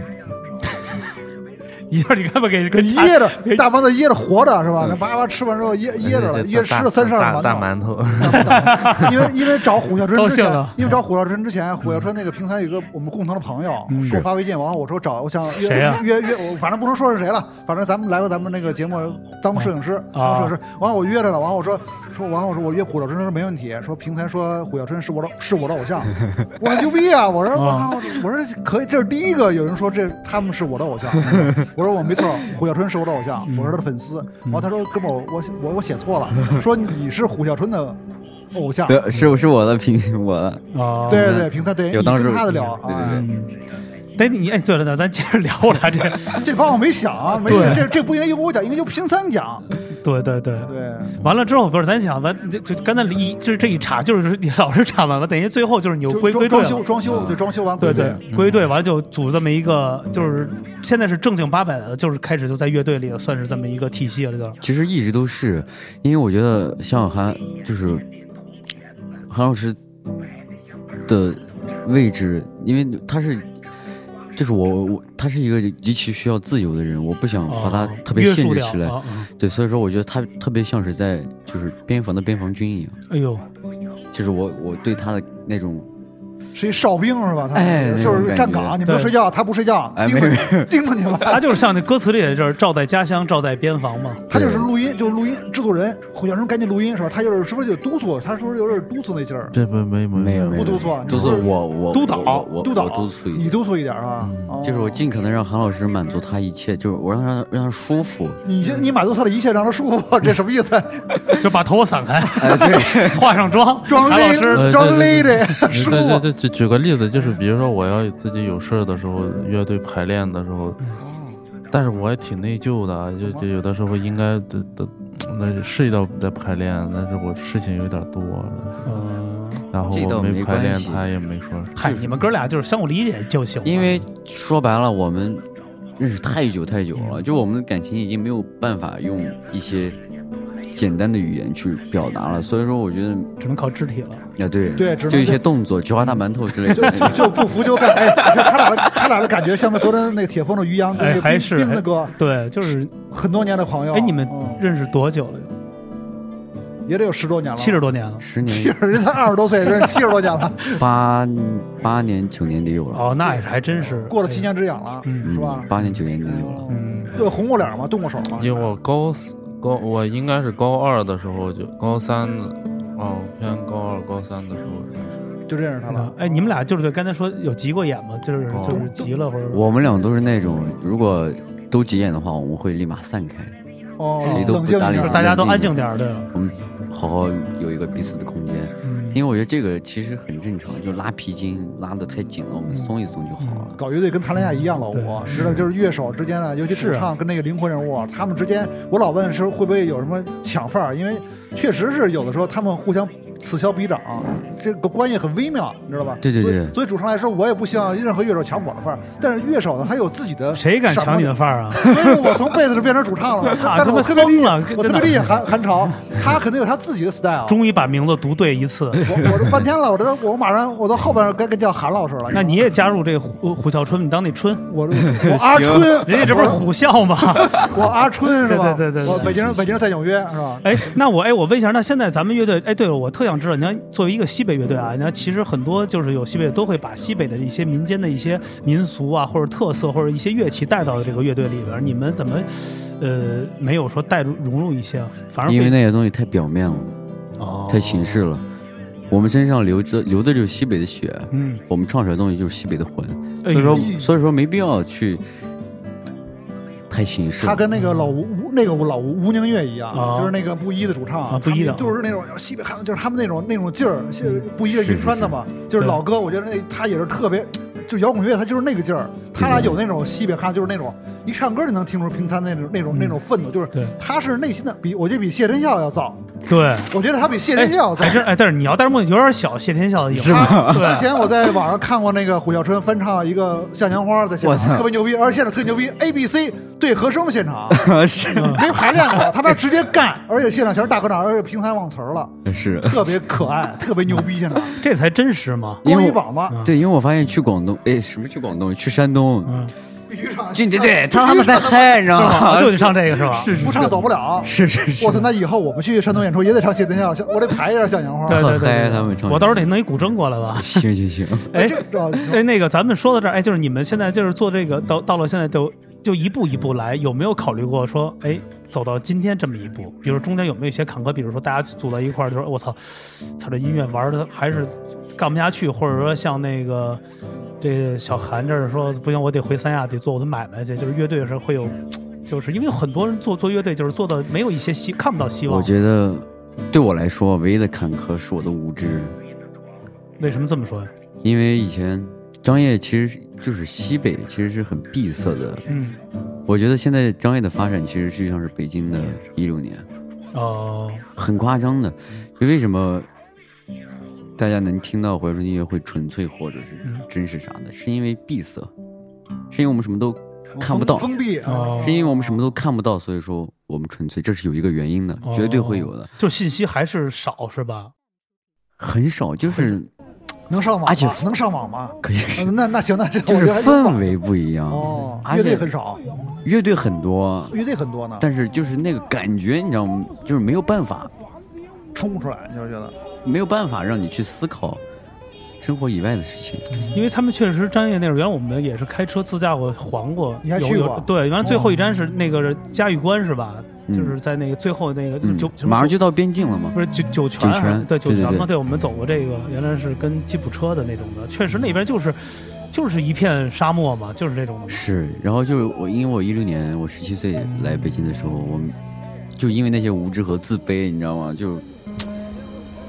一下你看吧，给给噎着大馒头噎着活着是吧？那叭叭吃完之后噎噎着了，噎吃了三十二大馒头。 因为因为找虎啸春之前，因为找虎啸春之前，虎啸春那个平台有一个我们共同的朋友给我发微信，然后我说找我想约约约我，反正不能说是谁了，反正咱们来过咱们那个节目当摄影师，当摄影师。完了我约他了，完了我说说完了我说我约虎啸春说没问题，说平台说虎啸春是我的是我的偶像，我说牛逼啊！我说我我说可以，这是第一个有人说这他们是我的偶像。我说我没错，虎啸春是我的偶像，我是他的粉丝。然后他说：“哥们儿，我我我写错了，说你是虎啸春的偶像， 是是我的评我的啊， 对对对，评赛对， 有当时他的聊， 对对对。” 哎，你哎，对了，那咱接着聊了。这这帮我没想啊，没这这不应该由我讲，应该由平三讲。 对对对对。 完了之后，不是咱想完，就刚才一就是这一茬，就是你老是插完了，等于最后就是你又归归队装修装修对装修完对对归队完了就组这么一个，就是现在是正经八百的，就是开始就在乐队里了，算是这么一个体系了。就其实一直都是，因为我觉得像韩就是韩老师的位置，因为他是。就是我我他是一个极其需要自由的人，我不想把他特别限制起来， 哦嗯、对，所以说我觉得他特别像是在就是边防的边防军一样。 哎呦， 就是我我对他的那种是一哨兵是吧？他哎， 就是站岗，你们睡觉，他不睡觉， 哎、 盯着盯着你们。 他就是像那歌词里的就是照在家乡，照在边防嘛。 他就是录音，就是录音制作人，虎啸春赶紧录音是吧？他就是是不是就督促？他是不是有点督促那劲儿？ 这不没没有不督促， 督促我我督导我督导督促你督促一点啊， 就是我尽可能让韩老师满足他一切，就是我让他让他舒服。 你你满足他的一切，让他舒服，这什么意思？ 就把头发散开， 哎对， 化上妆， 装 lady 装 lady 舒服。 这就举个例子，就是比如说我要自己有事的时候，乐队排练的时候，但是我也挺内疚的，就就有的时候应该的的那是要在排练，但是我事情有点多，嗯，然后我没排练，他也没说。 嗨，你们哥俩就是相互理解就行。 因为说白了，我们认识太久太久了，就我们的感情已经没有办法用一些简单的语言去表达了，所以说我觉得只能靠肢体了。 啊，对对， 就一些动作，菊花大馒头之类的，就就不服就干。哎，你看他俩的他俩的感觉，像昨天那个铁峰的于洋跟那个冰的哥， 对，就是很多年的朋友。 哎，你们认识多久了？ 也得有十多年了， 七十多年了， 十年， 人才二十多岁，人七十多年了， 八八年九年得有了。 哦，那也是还真是过了七年之痒了， 嗯、 是吧？ 八年九年得有了。 嗯，对，红过脸吗？动过手吗？ 因为我高高，我应该是高二的时候就高三，哦，偏高二高三的时候认识， 就认识他了。 哎，你们俩就是刚才说有急过眼吗？就是、哦、就是急了或者？ 我们俩都是那种，如果都急眼的话，我们会立马散开。 哦， 谁都不搭理， 大家都安静点的。 我们好好有一个彼此的空间，嗯、因为我觉得这个其实很正常，就拉皮筋拉得太紧了，我们松一松就好了。 嗯、搞乐队跟谈恋爱一样，老吴，知道就是乐手之间呢，尤其主唱跟那个灵魂人物，他们之间，我老问是会不会有什么抢范儿，因为确实是有的时候他们互相此消彼长，这个关系很微妙，你知道吧？ 对对对。 所以, 所以主唱来说，我也不希望任何乐手抢我的范儿，但是乐手呢，他有自己的。 谁敢抢你的范儿啊？ 所以我从贝斯手变成主唱了，但是我特别理解，我特别理解韩韩潮，他肯定有他自己的 style。 终于把名字读对一次， 我我都半天了，我这我马上我到后边该该叫韩老师了。 那你也加入这个虎虎啸春，你当那春， 我我阿春， 人家这不是虎啸吗？ 我阿春是吧？ 对对 对, 对, 对， 我北京人，北京人在纽约是吧？ 哎，那我哎，我问一下，那现在咱们乐队，哎，对了，我特想知道，你看作为一个西北乐队啊，那其实很多就是有西北都会把西北的一些民间的一些民俗啊，或者特色，或者一些乐器带到这个乐队里边。你们怎么呃没有说带入融入一些？反而因为那些东西太表面了，哦，太形式了。我们身上流着流的就是西北的血，嗯，我们唱出来的东西就是西北的魂，所以说所以说没必要去。太形式， 他跟那个老吴那个老吴吴宁月一样，啊、就是那个布衣的主唱， 啊、布衣的， 就是那种西北汉，就是他们那种那种劲儿。布衣是银川的嘛，是是是就是老哥，我觉得那他也是特别，就摇滚乐他就是那个劲儿。他俩有那种西北汉，就是那种一唱歌就能听出平摊那种那种、嗯、那种愤怒，就是他是内心的比我觉得比谢天笑要燥。 对， 我觉得他比谢天笑还是哎，但是你要但是有点小，谢天笑的影是吗？ 之前我在网上看过那个虎啸春翻唱一个《向阳花》的现场，特别牛逼，而且现场特牛逼 ，A B C 对和声现场， 是没排练过，他们直接干，而且现场全是大合唱，而且平台忘词儿了， 是特别可爱，特别牛逼现场， 这才真实嘛， 光一膀子。 对，因为我发现去广东，哎，什么去广东？去山东。嗯必须唱， 对对对，他们在嗨，你知道吗？ 就得唱这个是吧？ 是不唱走不了。 是是是。 我操，那以后我们去山东演出也得唱谢天笑，我得排一下向阳花。 对对对， 他们唱。 我到时候得弄一古筝过来吧。 行行行。 哎哎，那个咱们说到这儿，哎，就是你们现在就是做这个，到到了现在就就一步一步来，有没有考虑过说，哎，走到今天这么一步？比如中间有没有一些坎坷？比如说大家组在一块儿，就说我操，他这音乐玩的还是干不下去，或者说像那个。这小韩这儿说不行，我得回三亚，得做我的买卖去。就是乐队是会有，就是因为很多人做做乐队，就是做的没有一些希看不到希望。 我觉得对我来说，唯一的坎坷是我的无知。 为什么这么说呀？ 因为以前张掖其实就是西北，其实是很闭塞的。嗯，我觉得现在张掖的发展其实就像是北京的一六年。哦，很夸张的。就为什么？大家能听到或者说音乐会纯粹或者是真实啥的、嗯、是因为闭塞，是因为我们什么都看不到， 封闭、 哦、是因为我们什么都看不到，所以说我们纯粹，这是有一个原因的、哦、绝对会有的， 就信息还是少是吧？ 很少，就是能上网吗？ 而且能上网吗？ 可以、 嗯、那那行，那就是氛围不一样哦。乐队很少， 乐队很多， 乐队很多呢， 但是就是那个感觉你知道吗？就是没有办法冲不出来，你就觉得没有办法让你去思考生活以外的事情， 因为他们确实张掖那会儿，原来我们也是开车自驾过环过， 你还去过？ 对，原来最后一站是那个嘉峪关是吧？嗯、就是在那个最后那个九、 嗯、马上就到边境了嘛， 不是九九泉， 九泉对九泉嘛？ 对, 对, 对, 对，我们走过这个，原来是跟吉普车的那种的，确实那边就是就是一片沙漠嘛，就是这种的。 是，然后就是我，因为我一六年我十七岁来北京的时候，我们就因为那些无知和自卑，你知道吗？就。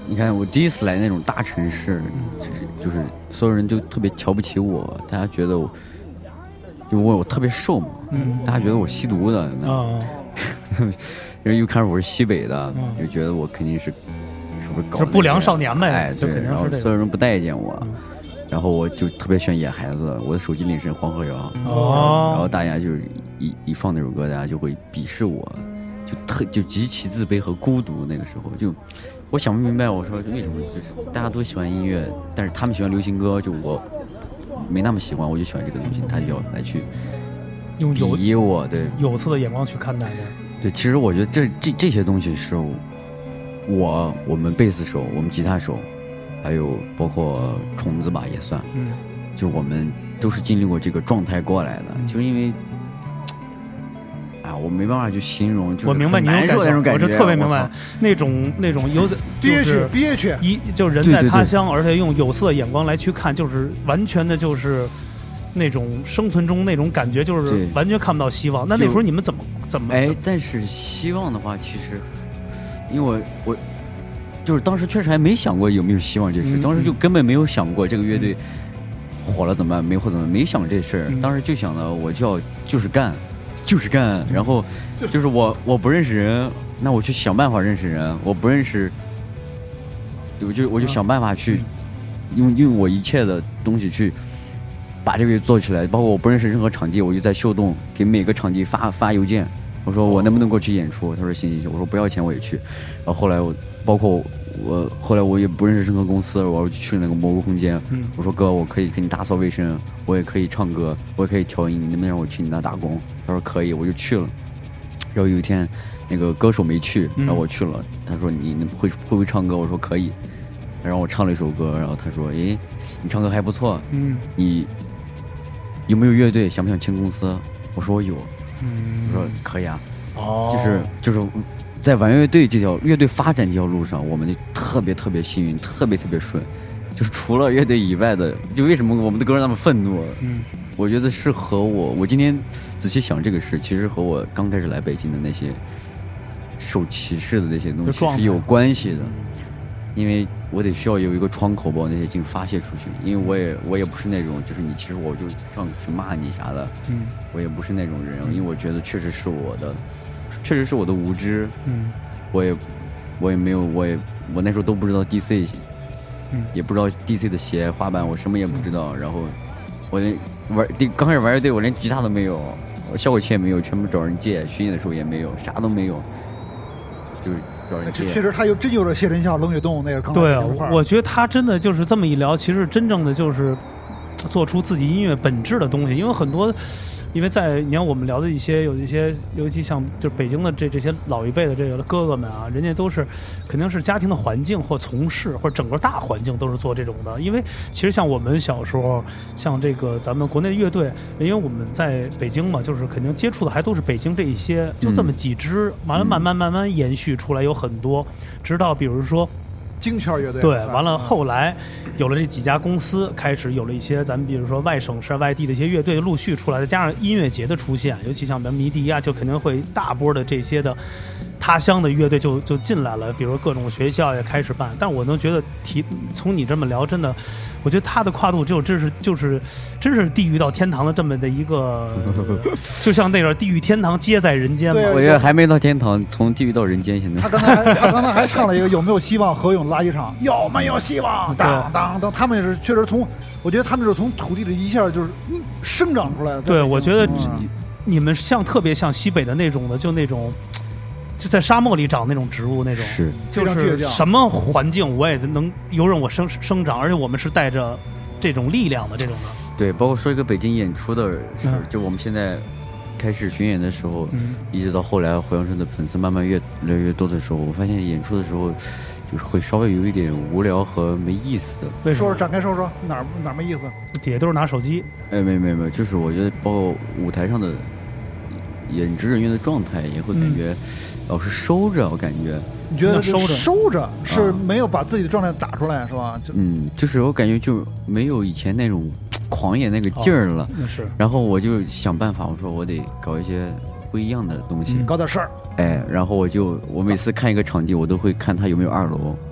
你看我第一次来那种大城市，就是就是所有人就特别瞧不起我，大家觉得我就我我特别瘦嘛，嗯，大家觉得我吸毒的，啊，人又看着我是西北的，嗯、就觉得我肯定是是不是搞是不良少年呗， 哎， 就肯定是这个。 然后所有人不待见我。嗯，然后我就特别喜欢野孩子，我的手机里是黄河谣，哦，然后大家就是一一放那首歌，大家就会鄙视我，就特就极其自卑和孤独。那个时候就我想不明白，我说为什么就是大家都喜欢音乐，但是他们喜欢流行歌，就我没那么喜欢，我就喜欢这个流行，他就要来去用鄙夷我，对有色的眼光去看待的。 对，其实我觉得这这这些东西是我我们贝斯手，我们吉他手。还有包括虫子吧也算，嗯，就我们都是经历过这个状态过来的，嗯、就是因为，啊，我没办法去形容，就是我明白你那种感觉， 我就特别明白那种那种有憋屈憋屈， 一就人在他乡，而且用有色眼光来去看，就是完全的就是那种生存中那种感觉，就是完全看不到希望。那那时候你们怎么怎么？ 哎，但是希望的话，其实因为我我。就是当时确实还没想过有没有希望这事，嗯、当时就根本没有想过这个乐队火了怎么办，没火怎么办，没想这事儿。嗯、当时就想着我就要就是干，就是干，然后就是我我不认识人，那我去想办法认识人，我不认识，我就我就想办法去用用我一切的东西去把这个做起来，包括我不认识任何场地，我就在秀动给每个场地发发邮件，我说我能不能过去演出，他说行行行，我说不要钱我也去，然后后来我。包括我后来我也不认识任何公司，我去那个蘑菇空间，嗯、我说哥，我可以给你打扫卫生，我也可以唱歌，我也可以调音，你能不能让我去你那打工？他说可以，我就去了。然后有一天，那个歌手没去，然后我去了，他说你会会不会唱歌？我说可以，然后我唱了一首歌，然后他说，诶，你唱歌还不错，嗯，你有没有乐队？想不想签公司？我说我有，嗯，我说可以啊，哦，就是就是。在玩乐队这条乐队发展这条路上，我们就特别特别幸运，特别特别顺。就是除了乐队以外的，就为什么我们的歌那么愤怒？嗯，我觉得是和我，我今天仔细想这个事，其实和我刚开始来北京的那些受歧视的那些东西是有关系的。因为我得需要有一个窗口把那些劲发泄出去，因为我也我也不是那种就是你其实我就上去骂你啥的，嗯，我也不是那种人，因为我觉得确实是我的。确实是我的无知，嗯，我也，我也没有，我也，我那时候都不知道 D C， 嗯，也不知道 D C 的鞋、滑板，我什么也不知道。然后我连玩，刚开始玩乐队，我连吉他都没有，我效果器也没有，全部找人借，巡演的时候也没有，啥都没有，就是找人借。 这确实他有真有点谢天笑、冷血动物那个刚对啊，我觉得他真的就是这么一聊，其实真正的就是做出自己音乐本质的东西，因为很多。因为在你看我们聊的一些有一些，尤其像就是北京的这这些老一辈的这个哥哥们啊，人家都是肯定是家庭的环境或从事或者整个大环境都是做这种的。因为其实像我们小时候，像这个咱们国内的乐队，因为我们在北京嘛，就是肯定接触的还都是北京这一些，就这么几支，完了慢慢慢慢延续出来有很多，直到比如说。 京圈乐队对，完了后来有了这几家公司，开始有了一些咱们比如说外省市、外地的一些乐队陆续出来，再加上音乐节的出现，尤其像迷笛啊，就肯定会大波的这些的他乡的乐队就就进来了，比如各种学校也开始办。但我能觉得提从你这么聊，真的，我觉得他的跨度就真是就是真是地狱到天堂的这么的一个，就像那个地狱天堂皆在人间嘛。 我觉得还没到天堂，从地狱到人间现在。 他刚才还他刚才还唱了一个有没有希望何勇垃圾场有没有希望？当当当，他们也是确实从，我觉得他们是从土地里一下就是生长出来的。 对，我觉得、嗯、你们像特别像西北的那种的，就那种。就在沙漠里长那种植物，那种是就是什么环境我也能由让我生生长，而且我们是带着这种力量的这种的。 对，包括说一个北京演出的事、嗯，就我们现在开始巡演的时候，嗯、一直到后来火阳生的粉丝慢慢越来越多的时候，我发现演出的时候就是会稍微有一点无聊和没意思。 说说展开说说哪儿哪儿没意思？ 底下都是拿手机。 哎，没没没，就是我觉得包括舞台上的演职人员的状态也会感觉。嗯老是收着，我感觉。 你觉得收着收着是没有把自己的状态打出来，是吧？就嗯，就是我感觉就没有以前那种狂野那个劲儿了。 那、哦、是。 然后我就想办法，我说我得搞一些不一样的东西， 嗯、搞点事儿。 哎，然后我就我每次看一个场地，我都会看他有没有二楼。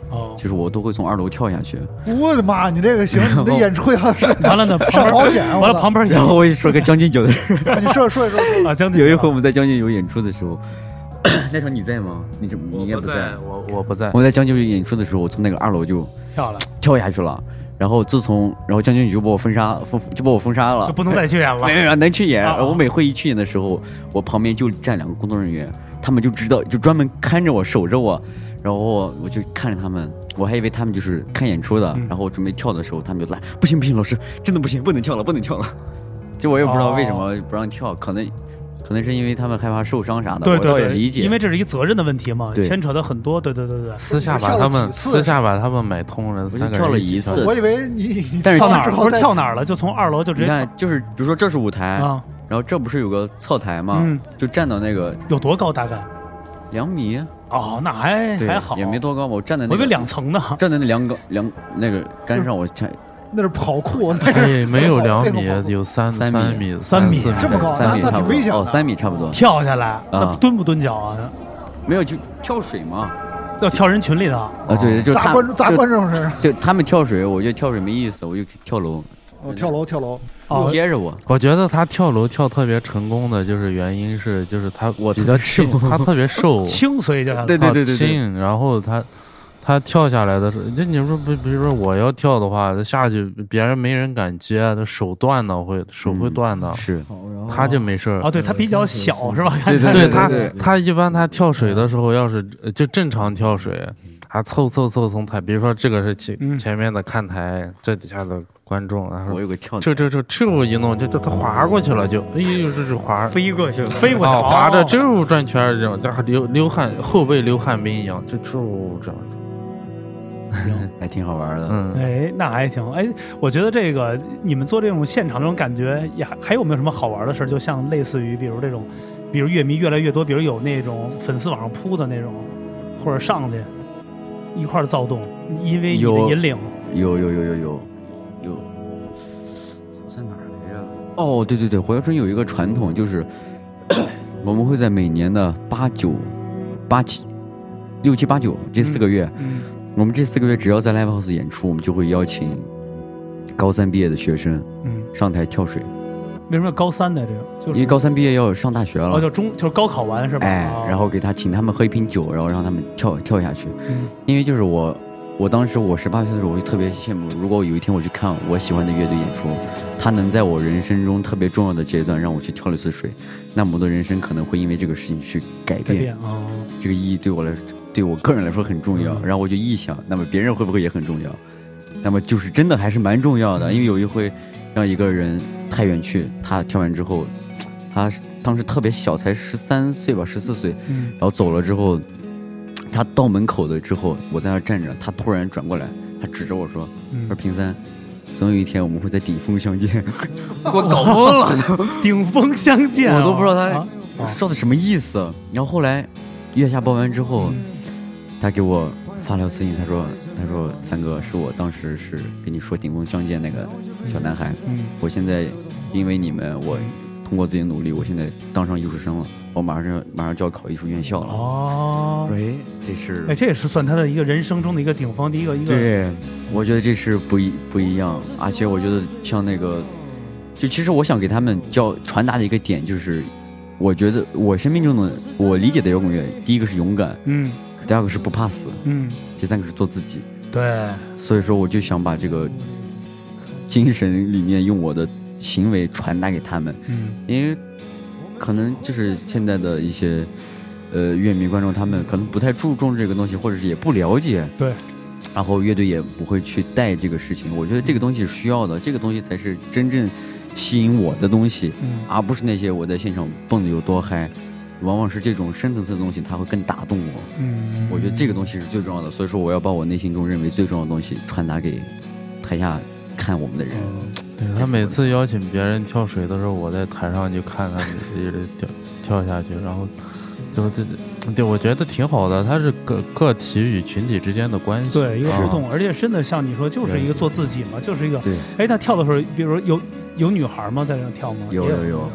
哦，就是我都会从二楼跳下去。 我的妈，你这个行，你的演出要是完了呢， 上保险， 完了旁边。 然后我也说个将进酒的事， 你说说一说啊，将进。 有一回我们在将进酒演出的时候，那场你在吗？你这你应该不在， 我我不在。 我在将进酒演出的时候，我从那个二楼就跳了， 跳下去了。然后自从，然后将军就把我封杀，封就把我封杀了， 就不能再去演了。 没有能去演。啊、我每回一去演的时候，我旁边就站两个工作人员，他们就知道，就专门看着我，守着我。然后我就看着他们，我还以为他们就是看演出的。嗯、然后我准备跳的时候，他们就来，不行不行，老师真的不行，不能跳了，不能跳了。就我也不知道为什么不让跳，哦、可能。可能是因为他们害怕受伤啥的， 对对对， 我倒也理解， 因为这是一个责任的问题嘛，牵扯的很多，对对对对。 私下把他们私下把他们买通了，三个人跳了一次。 我以为你你但是跳哪儿不是跳哪儿了，就从二楼就直接。 你看，就是比如说这是舞台，啊、然后这不是有个侧台吗？嗯，就站到那个有多高大概？ 两米。 哦，那还还好， 也没多高。我站在那个，我以为两层呢， 站在那两个两那个杆上，我站。 那是跑酷， 哎，没有两米，有三三米， 三米这么高， 三米那挺危险哦，三米差不多。 跳下来，那蹲不蹲脚啊？ 没有，就跳水嘛， 要跳人群里的啊，对，就砸观众，砸观众是。 就他们跳水，我觉得跳水没意思，我就跳楼。 哦，跳楼，跳楼， 接着我。 我觉得他跳楼跳特别成功的，就是原因是，就是他我比较轻，他特别瘦， 轻，所以叫对对对对轻，然后他。他跳下来的时候，就你说比比如说我要跳的话，他下去别人没人敢接，他手断的会手会断的， 嗯、是， 他就没事儿。 哦，对他比较小是吧？ 对对对，他他一般他跳水的时候，要是就正常跳水，他凑凑凑从台，比如说这个是前、嗯、前面的看台，这底下的观众，然后我有个跳， 这这这这一弄，就就他滑过去了，就哎呦这就滑飞过去了，飞过去了，滑着就转圈这种，这流流汗后背流汗冰一样，就就这样。 行， 还挺好玩的。 嗯， 哎，那还行。哎，我觉得这个你们做这种现场这种感觉，也还还有没有什么好玩的事？就像类似于，比如这种，比如乐迷越来越多，比如有那种粉丝往上扑的那种，或者上去一块躁动，因为你的引领。 有有有有有有，在哪儿来着？哦，对对对，火药村有一个传统，就是我们会在每年的八九、八七、六七八九这四个月。 嗯嗯， 我们这四个月只要在 live house 演出，我们就会邀请高三毕业的学生，嗯，上台跳水。 为什么要高三呢？这个就是因为高三毕业要上大学了， 哦，就中就是高考完是吧？ 哎， 哦、 然后给他请他们喝一瓶酒，然后让他们跳跳下去。嗯，因为就是我，我当时我十八岁的时候，我就特别羡慕，如果有一天我去看我喜欢的乐队演出，他能在我人生中特别重要的阶段让我去跳一次水，那么我的人生可能会因为这个事情去改变。 改变哦， 这个意义对我来说。对我个人来说很重要，然后我就臆想，那么别人会不会也很重要？那么就是真的还是蛮重要的，因为有一回让一个人太远去，他跳完之后，他当时特别小，才十三岁吧，十四岁，然后走了之后，他到门口的之后，我在那站着，他突然转过来，他指着我说：“说平三，总有一天我们会在顶峰相见。”我搞懵了， 顶峰相见， 我都不知道他说的什么意思。然后后来月下播完之后。他给我发了私信，他说：“他说三哥，是我当时是跟你说顶峰相见那个小男孩，嗯，我现在因为你们，我通过自己的努力，我现在当上艺术生了，我马上马上就要考艺术院校了。哦，哎，这是哎，这也是算他的一个人生中的一个顶峰的一个一个。 对，我觉得这是不一不一样，而且我觉得像那个，就其实我想给他们教传达的一个点就是，我觉得我生命中的我理解的摇滚乐，第一个是勇敢，嗯。”第二个是不怕死，嗯，第三个是做自己， 对， 所以说我就想把这个精神理念用我的行为传达给他们，嗯，因为可能就是现在的一些呃乐迷观众，他们可能不太注重这个东西，或者是也不了解， 对， 然后乐队也不会去带这个事情。我觉得这个东西是需要的，这个东西才是真正吸引我的东西，嗯，而不是那些我在现场蹦的有多嗨。往往是这种深层次的东西，它会更打动我。嗯，我觉得这个东西是最重要的，所以说我要把我内心中认为最重要的东西传达给台下看我们的人。 嗯、对他每次邀请别人跳水的时候，我在台上就看他们一直跳跳下去，然后就对对，我觉得挺好的。它是个个体与群体之间的关系， 对一个互动，啊、而且真的像你说，就是一个做自己嘛，就是一个。对。哎，他跳的时候，比如有有女孩吗？在这跳吗？ 有有有。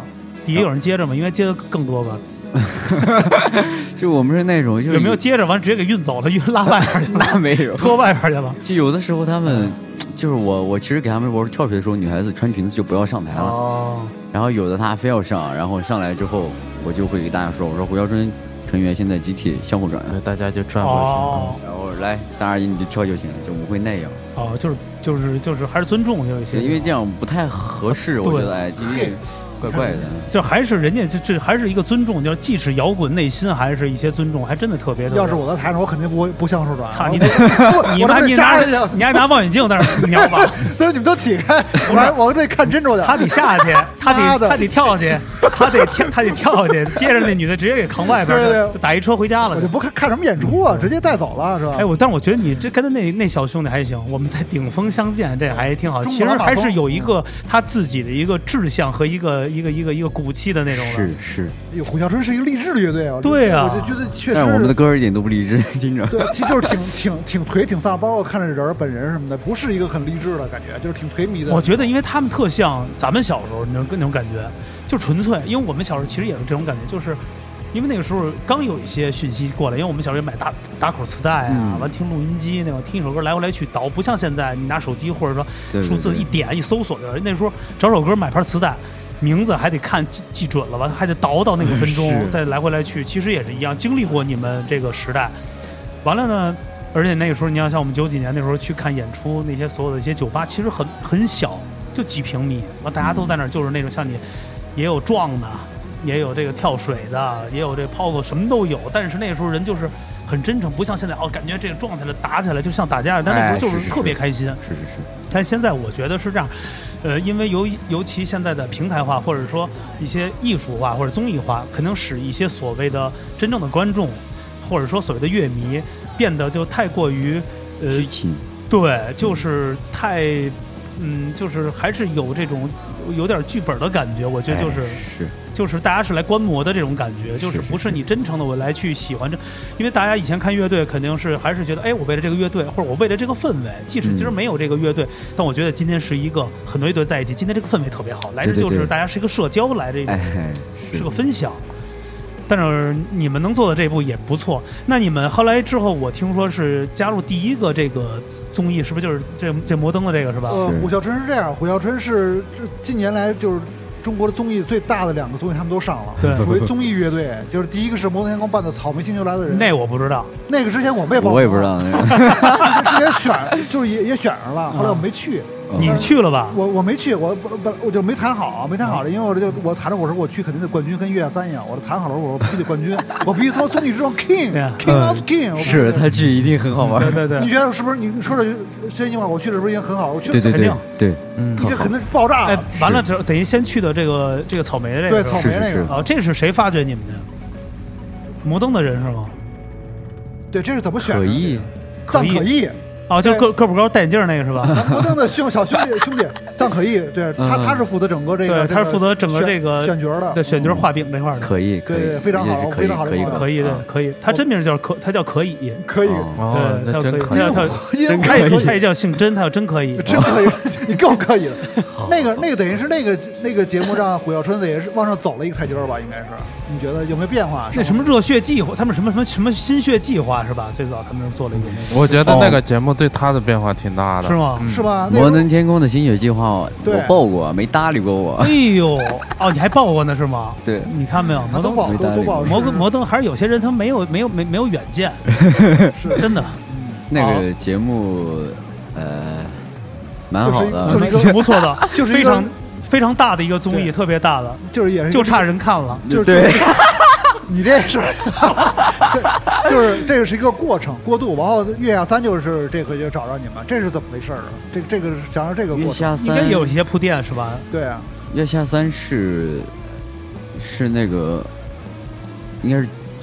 底下有人接着吗？因为接的更多吧。 就我们是那种， 有没有接着完直接给运走了，运拉外边去了？ 那没有， 拖外边去了。 就有的时候他们，就是我，我其实给他们玩跳水的时候，女孩子穿裙子就不要上台了。哦。然后有的她非要上，然后上来之后，我就会给大家说，我说胡小春成员现在集体向后转， 大家就转过去， 哦、 然后来三二一你就跳就行了，就不会那样。 哦，就是就是就是还是尊重有一些， 因为这样不太合适，我觉得哎，因为。怪怪的， 就还是人家这这还是一个尊重，就既是摇滚，内心还是一些尊重，还真的特别的。 要是我在台上，我肯定不会不向后转。 操你得，你拿你拿你还拿望远镜在那瞄吧。 所以你们都起开，我还我得看真着点。 他得下去，他得他得跳下去，他得跳他得跳下去，接着那女的直接给扛外边， 对对， 就打一车回家了。 我就不看看什么演出啊，直接带走了是吧？ 哎，我但是我觉得你这跟那那小兄弟还行，我们在顶峰相见，这还挺好。其实还是有一个他自己的一个志向和一个一个一个一个骨气的那种的。 是是， 胡小春是一个励志的乐队啊。 对啊， 我就觉得确实。 但是我们的歌一点都不励志，听着。 对，其实就是挺挺挺颓挺丧，包括看着人本人什么的，不是一个很励志的感觉，就是挺颓靡的。 我觉得，因为他们特像咱们小时候那种那种感觉，就纯粹。因为我们小时候其实也是这种感觉，就是因为那个时候刚有一些讯息过来，因为我们小时候也买打打口磁带啊，嗯、完听录音机那种，听一首歌来回来去倒，不像现在你拿手机或者说数字一点一搜索的。那时候找首歌买盘磁带。名字还得看记记准了吧，还得倒到那个分钟，再来回来去，其实也是一样，经历过你们这个时代。完了呢，而且那个时候你要像我们九几年那时候去看演出，那些所有的一些酒吧其实很很小，就几平米，完大家都在那儿，就是那种像你也有壮的，也有这个跳水的，也有这抛子，什么都有。但是那个时候人就是很真诚，不像现在哦，感觉这个撞起来打起来就像打架，但那时候就是特别开心。 哎、是是是。 但现在我觉得是这样。呃，因为尤尤其现在的平台化，或者说一些艺术化或者综艺化，可能使一些所谓的真正的观众，或者说所谓的乐迷，变得就太过于呃， 虚情。 对，就是太，嗯，就是还是有这种有点剧本的感觉。我觉得就是、 哎、是。 就是大家是来观摩的这种感觉，就是不是你真诚的我来去喜欢这，因为大家以前看乐队肯定是还是觉得，哎，我为了这个乐队，或者我为了这个氛围，即使今儿没有这个乐队，嗯、但我觉得今天是一个很多乐队在一起，今天这个氛围特别好，来这就是大家是一个社交来这个， 哎、 是, 是个分享。但是你们能做的这步也不错。那你们后来之后，我听说是加入第一个这个综艺，是不是就是这这摩登的这个是吧？ 呃，胡小春是这样，胡小春是这近年来就是。中国的综艺最大的两个综艺他们都上了， 对， 属于综艺乐队。就是第一个是摩登天空办的《草莓星球来的人》， 那我不知道， 那个之前我们也报， 我也不知道那个， 之前选就是也也选上了，后来我没去。 你去了吧？ 我我没去，我不不我就没谈好，没谈好了，因为我这就我谈着我说我去肯定得冠军，跟月下三一样，我谈好了我说必须得冠军，我必须他妈综艺之王 king king of king。 是他剧一定很好玩， 对对对。 你觉得是不是？你说的真心话，我去的是不是已经很好？我去对对对对， 嗯，你这肯定是爆炸了。 哎，完了之后等于先去的这个这个草莓的这个， 对草莓那个啊，这是谁发掘你们的？摩登的人是吗？ 对，这是怎么选的？ 可意， 臧可意。 哦，就个个不高戴眼镜那个是吧？ 摩登的兄小兄弟兄弟臧可意，对他他是负责整个这个， 他是负责整个这个选角的， 对选角画饼这块的。 可以， 对，非常好，非常好的， 可以的，可以。他真名叫可，他叫可以， 可以， 对，他真可以，他他他也叫姓真，他叫真可以， 真可以，你够可以的。那个那个等于是那个那个节目让胡小春子也是往上走了一个台阶吧，应该是。你觉得有没有变化？ 那什么热血计划，他们什么什么什么心血计划是吧？最早他们做了一个那个。我觉得那个节目对他的变化挺大的， 是吗？ 是吧？ 摩登天空的心血计划，我报过，没搭理过我。 哎呦，哦，你还报过呢是吗？ 对， 你看没有？摩登报都报， 摩登摩登还是有些人他没有没有没没有远见，是真的。 那个节目，呃，蛮好的， 就是不错的， 就是非常非常大的一个综艺，特别大的， 就是也是就差人看了， 就是对。 你这是，就是这个是一个过程过渡，然后月下三就是这个就找着你们，这是怎么回事啊？这这个讲讲这个过程， 月下三应该有一些铺垫是吧？ 对啊， 月下三是是那个应该是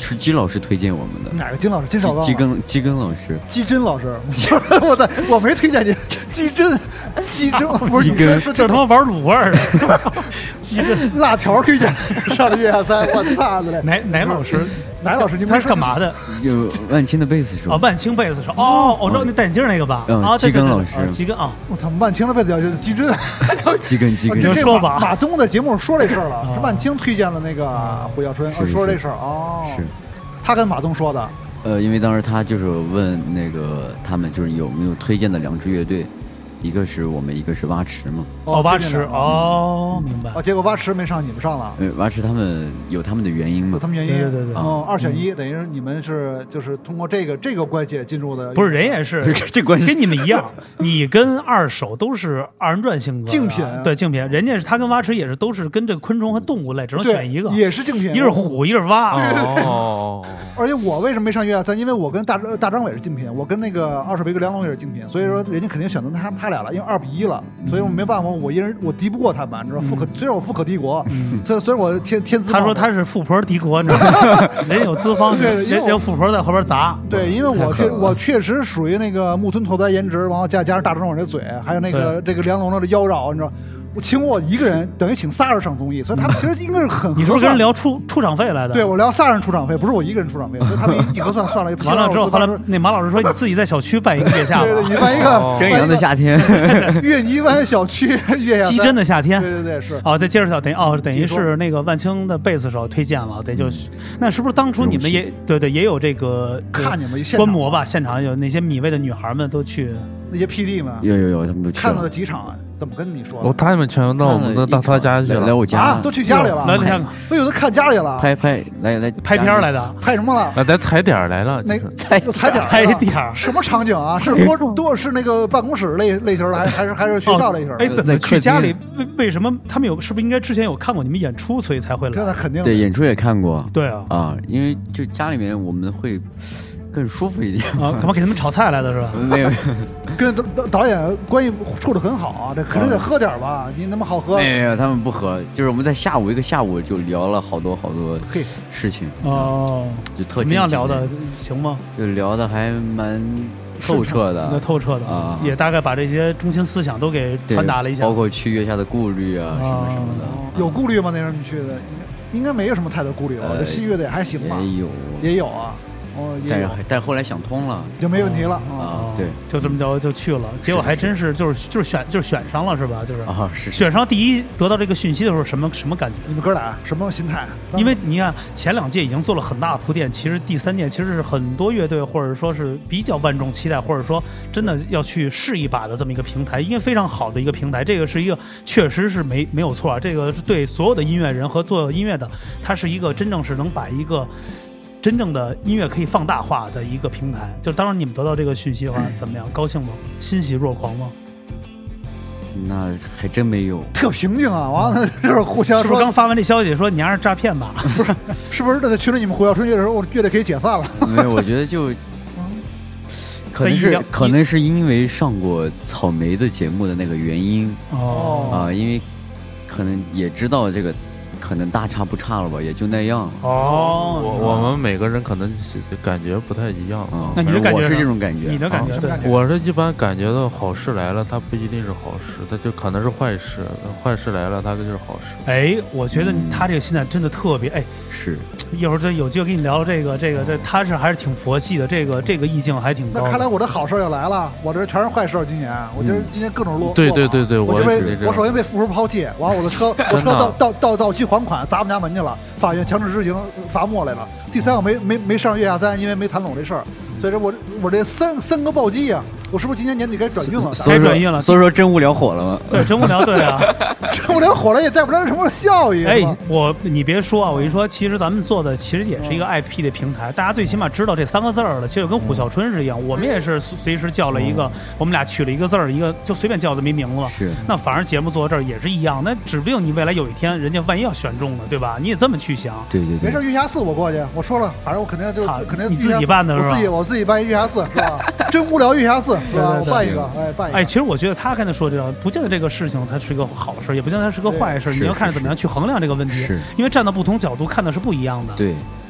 是金老师推荐我们的。 哪个金老师？金少刚？ 基根基根老师。 基真老师，我在我没推荐你。基真，基真不是你说这他妈玩卤味儿的。基真辣条推荐上的月下三，我操的嘞！ 哪哪老师？ 哪老师？你们他是干嘛的？ 有万青的贝斯手。 哦，万青贝斯手。哦，我知道那戴眼镜那个吧？ 啊，基根老师。 基根啊！ 我操，万青的贝斯叫基真。 基根基根。 你说吧。 马东在节目上说这事儿了，是万青推荐了那个胡小春，说这事儿哦。 是。 他跟马东说的。 呃，因为当时他就是问那个他们就是有没有推荐的两支乐队。一个是我们，一个是蛙池嘛。 哦，蛙池哦，明白。 哦，结果蛙池没上，你们上了。 呃，蛙池他们有他们的原因嘛？ 有他们原因， 对对对。 哦，二选一，等于是你们是就是通过这个这个关系进入的。 不是，人也是这关系跟你们一样，你跟二手都是二人转性格， 竞品。 对，竞品。人家是他跟蛙池也是都是跟这个昆虫和动物类，只能选一个， 也是竞品。 一个是虎，一个是蛙。 哦。 而且我为什么没上月下三？因为我跟大大张伟是竞品，我跟那个二手北哥梁龙也是竞品，所以说人家肯定选择他他俩了，因为二比一了。所以我没办法，我一人我敌不过他们，你知道富可虽然我富可敌国，虽然虽然我天天资， 他说他是富婆敌国，你知道吗？人有资方， 对， 人有富婆在后边砸。 对，因为我确我确实属于那个木村拓哉颜值，然后加加上大张伟的嘴，还有那个这个梁龙的妖娆，你知道。我请我一个人，等于请仨人上综艺，所以他们其实应该是很。 你是不是跟人聊出出场费来的？ 对，我聊仨人出场费，不是我一个人出场费，所以他们一核算算了。 完了之后，后来那马老师说：“你自己在小区办一个月下吧， 你办一个真阳的夏天， 月泥湾小区月下基真的夏天。” 对对对，是。 哦，再接着聊，等于哦，等于是那个万青的贝斯手推荐了，得就那是不是当初你们也对对也有这个看你们观摩吧？现场有那些米味的女孩们都去， 那些 P D 们有有有，他们都看到了几场。怎么跟你说？ 我他们全到我们的大他家去了， 来我家啊，都去家里了， 来看， 都有的看家里了， 拍拍来来拍片来的， 踩什么了？ 啊，咱踩点来了， 那踩踩点踩点， 什么场景啊？是多多是那个办公室类类型的，还还是还是学校类型？ 哎，怎么去家里？为为什么他们有？是不是应该之前有看过你们演出，所以才会来？ 那肯定对，演出也看过。 对啊， 啊，因为就家里面我们会更舒服一点啊，干嘛给他们炒菜来的是吧？ 没有， 跟导导演关系处得很好啊，这肯定得喝点吧？你那么好喝？ 没有，他们不喝，就是我们在下午一个下午就聊了好多好多事情哦， 就特怎么样聊的，行吗？ 就聊的还蛮透彻的， 那透彻的啊， 也大概把这些中心思想都给传达了一下， 包括去月下的顾虑啊，什么什么的。 有顾虑吗？那时候你去的，应该没有什么太多顾虑吧？这新乐队还行吧？ 也有， 也有啊。哦， 但是但是后来想通了， 就没问题了啊！对， 就这么着就去了，结果还真是就是就是选就是选上了是吧？就是啊，是选上第一得到这个讯息的时候什么什么感觉？ 你们哥俩什么心态？ 因为你看前两届已经做了很大的铺垫，其实第三届其实是很多乐队或者说是比较万众期待，或者说真的要去试一把的这么一个平台，因为非常好的一个平台，这个是一个确实是没没有错啊，这个是对所有的音乐人和做音乐的，它是一个真正是能把一个。真正的音乐可以放大化的一个平台，就当然你们得到这个讯息的话，怎么样？高兴吗？欣喜若狂吗？ 那还真没有， 特平静啊！完了就是互相说， 是不是刚发完这消息说你还是诈骗吧？ 不是，是不是在群里你们胡小春乐的时候，乐队可以解散了？ 没有，我觉得就可能是可能是因为上过草莓的节目的那个原因哦啊，因为可能也知道这个。可能大差不差了吧，也就那样哦。 我我们每个人可能感觉不太一样啊。 那你的感觉是这种感觉？ 你的感觉？ 什么感觉？ 我是一般感觉到好事来了，它不一定是好事，它就可能是坏事；坏事来了，它就是好事。 哎，我觉得他这个心态真的特别哎。 是。 一会儿再有机会跟你聊这个这个这，他是还是挺佛系的，这个这个意境还挺高。 那看来我的好事要来了，我这全是坏事。今年我觉得今年各种落。 对对对对， 我就被我首先被富婆抛弃，完我的车我车到到到到期还款砸我们家门去了，法院强制执行罚没来了。第三个没没没上月下三，因为没谈拢这事儿，所以说我我这三三个暴击啊，我是不是今年年底该转运了？ 该转运了。 所以说真无聊火了吗？ 对，真无聊，对啊， 真无聊火了也带不来什么效益。 哎，我你别说啊，我一说，其实咱们做的其实也是一个 I P 的平台，大家最起码知道这三个字儿了。其实跟虎啸春是一样，我们也是随时叫了一个，我们俩取了一个字儿，一个就随便叫的没名字了。 是。 那反而节目做到这儿也是一样，那指不定你未来有一天人家万一要选中了，对吧？你也这么去想。 对对对。 没事，月下四我过去，我说了，反正我肯定就肯定你自己办的是吧？ 我自己我自己办一月下四是吧？真无聊月下四是吧？我办一个，哎办一个。 哎，其实我觉得他刚才说这个，不见得这个事情它是一个好事，也不见得它是个坏事，你要看怎么样去衡量这个问题。因为站到不同角度看的是不一样的。 对。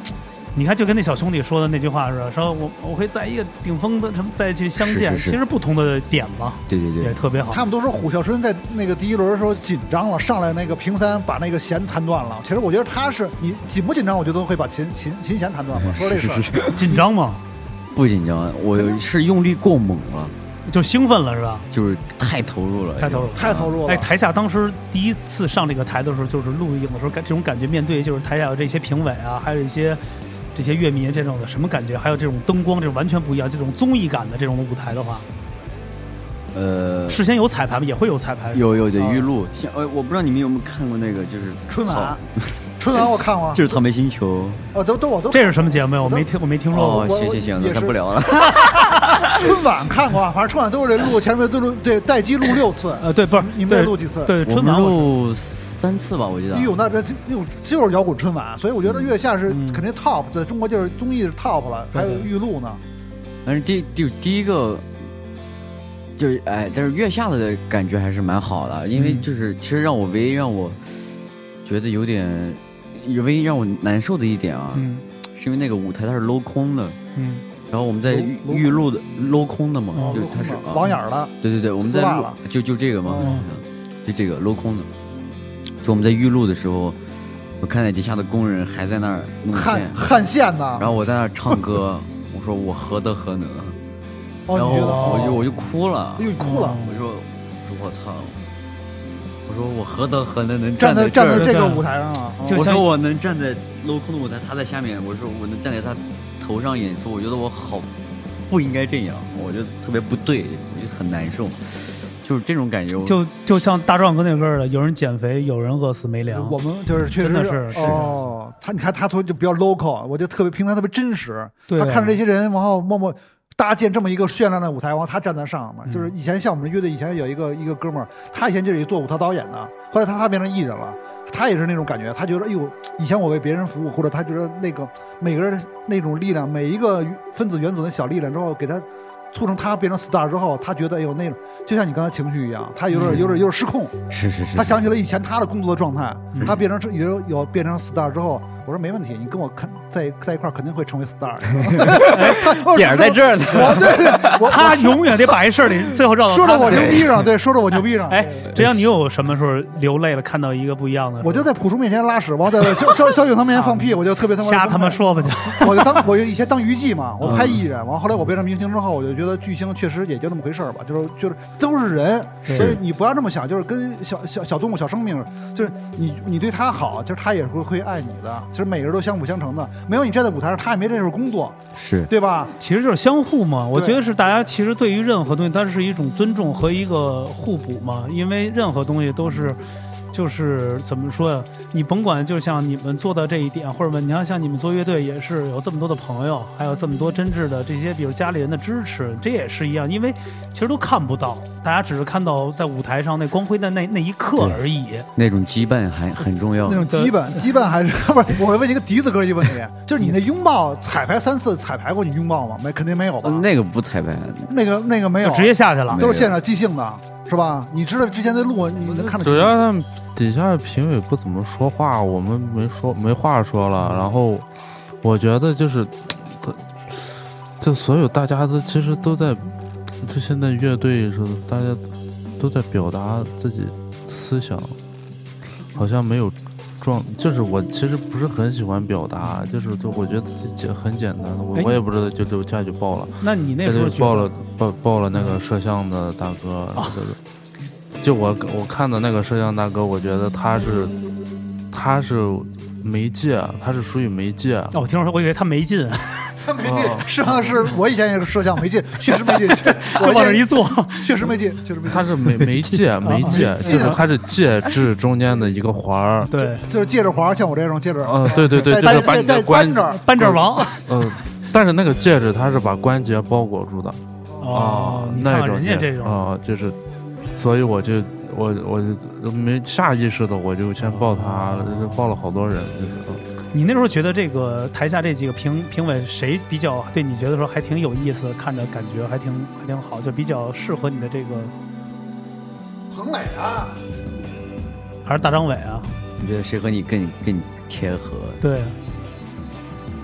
你看，就跟那小兄弟说的那句话似的，说我我会在一个顶峰的什么再去相见， 是是是其实不同的点嘛， 对对对， 也特别好。 他们都说虎啸春在那个第一轮的时候紧张了，上来那个平三把那个弦弹断了。其实我觉得他是你紧不紧张，我觉得都会把琴琴琴弦弹断嘛。说这事儿紧张吗？ 不紧张，我是用力过猛了。 就兴奋了是吧？ 就是太投入了， 太投入， 太投入了。 哎，台下当时第一次上这个台的时候，就是录影的时候，这种感觉，面对就是台下有这些评委啊，还有一些这些乐迷这种的什么感觉？还有这种灯光，这种完全不一样，这种综艺感的这种舞台的话， 呃， 事先有彩排吗？也会有彩排， 有有的预录。像呃，我不知道你们有没有看过那个，就是春晚。春晚我看过， 就是草莓星球。 哦，都都我都。 这是什么节目？我没听，我没听说过。 哦，行行行，那咱不聊了。 春晚看过，反正春晚都是录，前面都录，对，待机录六次。 呃，对，不是你们得录几次？ 对，春晚录三次吧，我记得。 哎呦，那这哟就是摇滚春晚，所以我觉得月下是肯定 top，在中国就是综艺是 top 了，还有预录呢。 但是第第第一个。就是哎，但是月下的感觉还是蛮好的，因为就是其实让我唯一让我觉得有点，唯一让我难受的一点啊， 嗯， 是因为那个舞台它是镂空的， 嗯， 然后我们在预录的镂空的嘛， 哦、 就它是网眼了， 对对对，我们在录就就这个嘛，嗯、就这个镂空的，就我们在预录的时候，我看见底下的工人还在那儿弄线焊线呢， 然后我在那儿唱歌，我说我何德何能。 哦， 然后你觉得我就我就哭了， 哎呦，哭了！ 我说，我说我操，我说我何德何能能站在站在这个舞台上啊？ 我说我能站在镂空的舞台，他在下面，我说我能站在他头上演出，我觉得我好不应该这样，我觉得特别不对，我觉得很难受，就是这种感觉。 就就像大壮哥那歌的，有人减肥，有人饿死没粮。 我们就是确实是哦，他你看他从就比较 local， 我觉得特别平常，特别真实。 对， 他看着这些人，然后默默。搭建这么一个绚烂的舞台，然后他站在上面，嗯、就是以前像我们乐队以前有一个一个哥们儿，他以前就是一做舞台导演的，后来他他变成艺人了，他也是那种感觉，他觉得哎呦，以前我为别人服务，或者他觉得那个每个人那种力量，每一个分子原子的小力量之后，给他促成他变成 star 之后，他觉得哎呦那种，就像你刚才情绪一样，他有点有点有点失控， 是是是， 他想起了以前他的工作的状态，嗯、他变成有有变成 star 之后。我说没问题，你跟我看在在一块儿肯定会成为 star。 点在这儿呢， 我对我他永远得把一事儿里最后绕到说着我牛逼上，对，说着我牛逼上。 哎，这样你有什么时候流泪了？看到一个不一样的？ 我就在朴树面前拉屎，完在肖肖肖景腾面前放屁，我就特别他妈瞎他妈说吧就。 我就当我以前当娱记嘛，我拍艺人，完后来我变成明星之后，我就觉得巨星确实也就那么回事儿吧，就是就是都是人，所以你不要这么想，就是跟小小小动物、小生命，就是你你对他好，就是他也会会爱你的，其实每个人都相辅相成的，没有你站在舞台上，他也没这份工作， 是对吧？ 其实就是相互嘛。我觉得是大家其实对于任何东西，它是一种尊重和一个互补嘛。因为任何东西都是，就是怎么说呀？你甭管，就像你们做到这一点，或者你要像你们做乐队，也是有这么多的朋友，还有这么多真挚的这些，比如家里人的支持，这也是一样。因为其实都看不到，大家只是看到在舞台上那光辉的那那一刻而已。 那种羁绊还很重要。 那种羁绊，羁绊还是不是？我会问一个笛子哥一个问题，就是你那拥抱彩排三次，彩排过你拥抱吗？没，肯定没有吧？ 那个不彩排， 那个那个没有， 直接下去了， 都是现场即兴的。是吧？你知道之前的路，你能看得主要他们底下的评委不怎么说话，我们没说没话说了。然后我觉得就是，就所有大家都其实都在，就现在乐队是大家都在表达自己思想，好像没有状。就是我其实不是很喜欢表达，就是就我觉得这很简单的，我我也不知道就就下去报了。 那你那时候报了报报了那个摄像的大哥， 哦、 就我我看的那个摄像大哥，我觉得他是他是媒介，他是属于媒介。 哦，我听说我以为他没劲。 他没劲，摄像是我以前也是摄像没劲，确实没劲， 就往这一坐， 确实没劲，确实没劲。 他是媒媒介，媒介就是他是介质中间的一个环儿， 对， 就是借着环儿，像我这种借着， 嗯，对对对，就是把你的关节扳指王， 嗯，但是那个戒指它是把关节包裹住的， 哦，那种人家这种啊，就是，所以我就我我没下意识的我就先抱他，抱了好多人，就是。 你那时候觉得这个台下这几个评评委谁比较对你觉得说还挺有意思，看着感觉还挺还挺好，就比较适合你的这个？ 彭磊啊， 还是大张伟啊？ 你觉得谁和你更更贴合？ 对，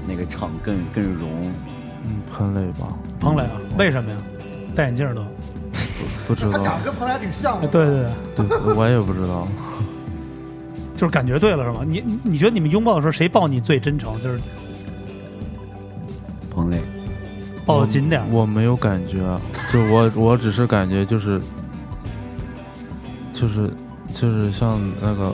那个场更更融。 嗯，彭磊吧， 彭磊啊，为什么呀？戴眼镜都不知道， 他长得跟彭磊还挺像的。 对对对，对我也不知道， 就是感觉对了是吧？你你觉得你们拥抱的时候谁抱你最真诚？就是彭磊， 抱得紧点。 我没有感觉，就我我只是感觉就是就是就是像那个，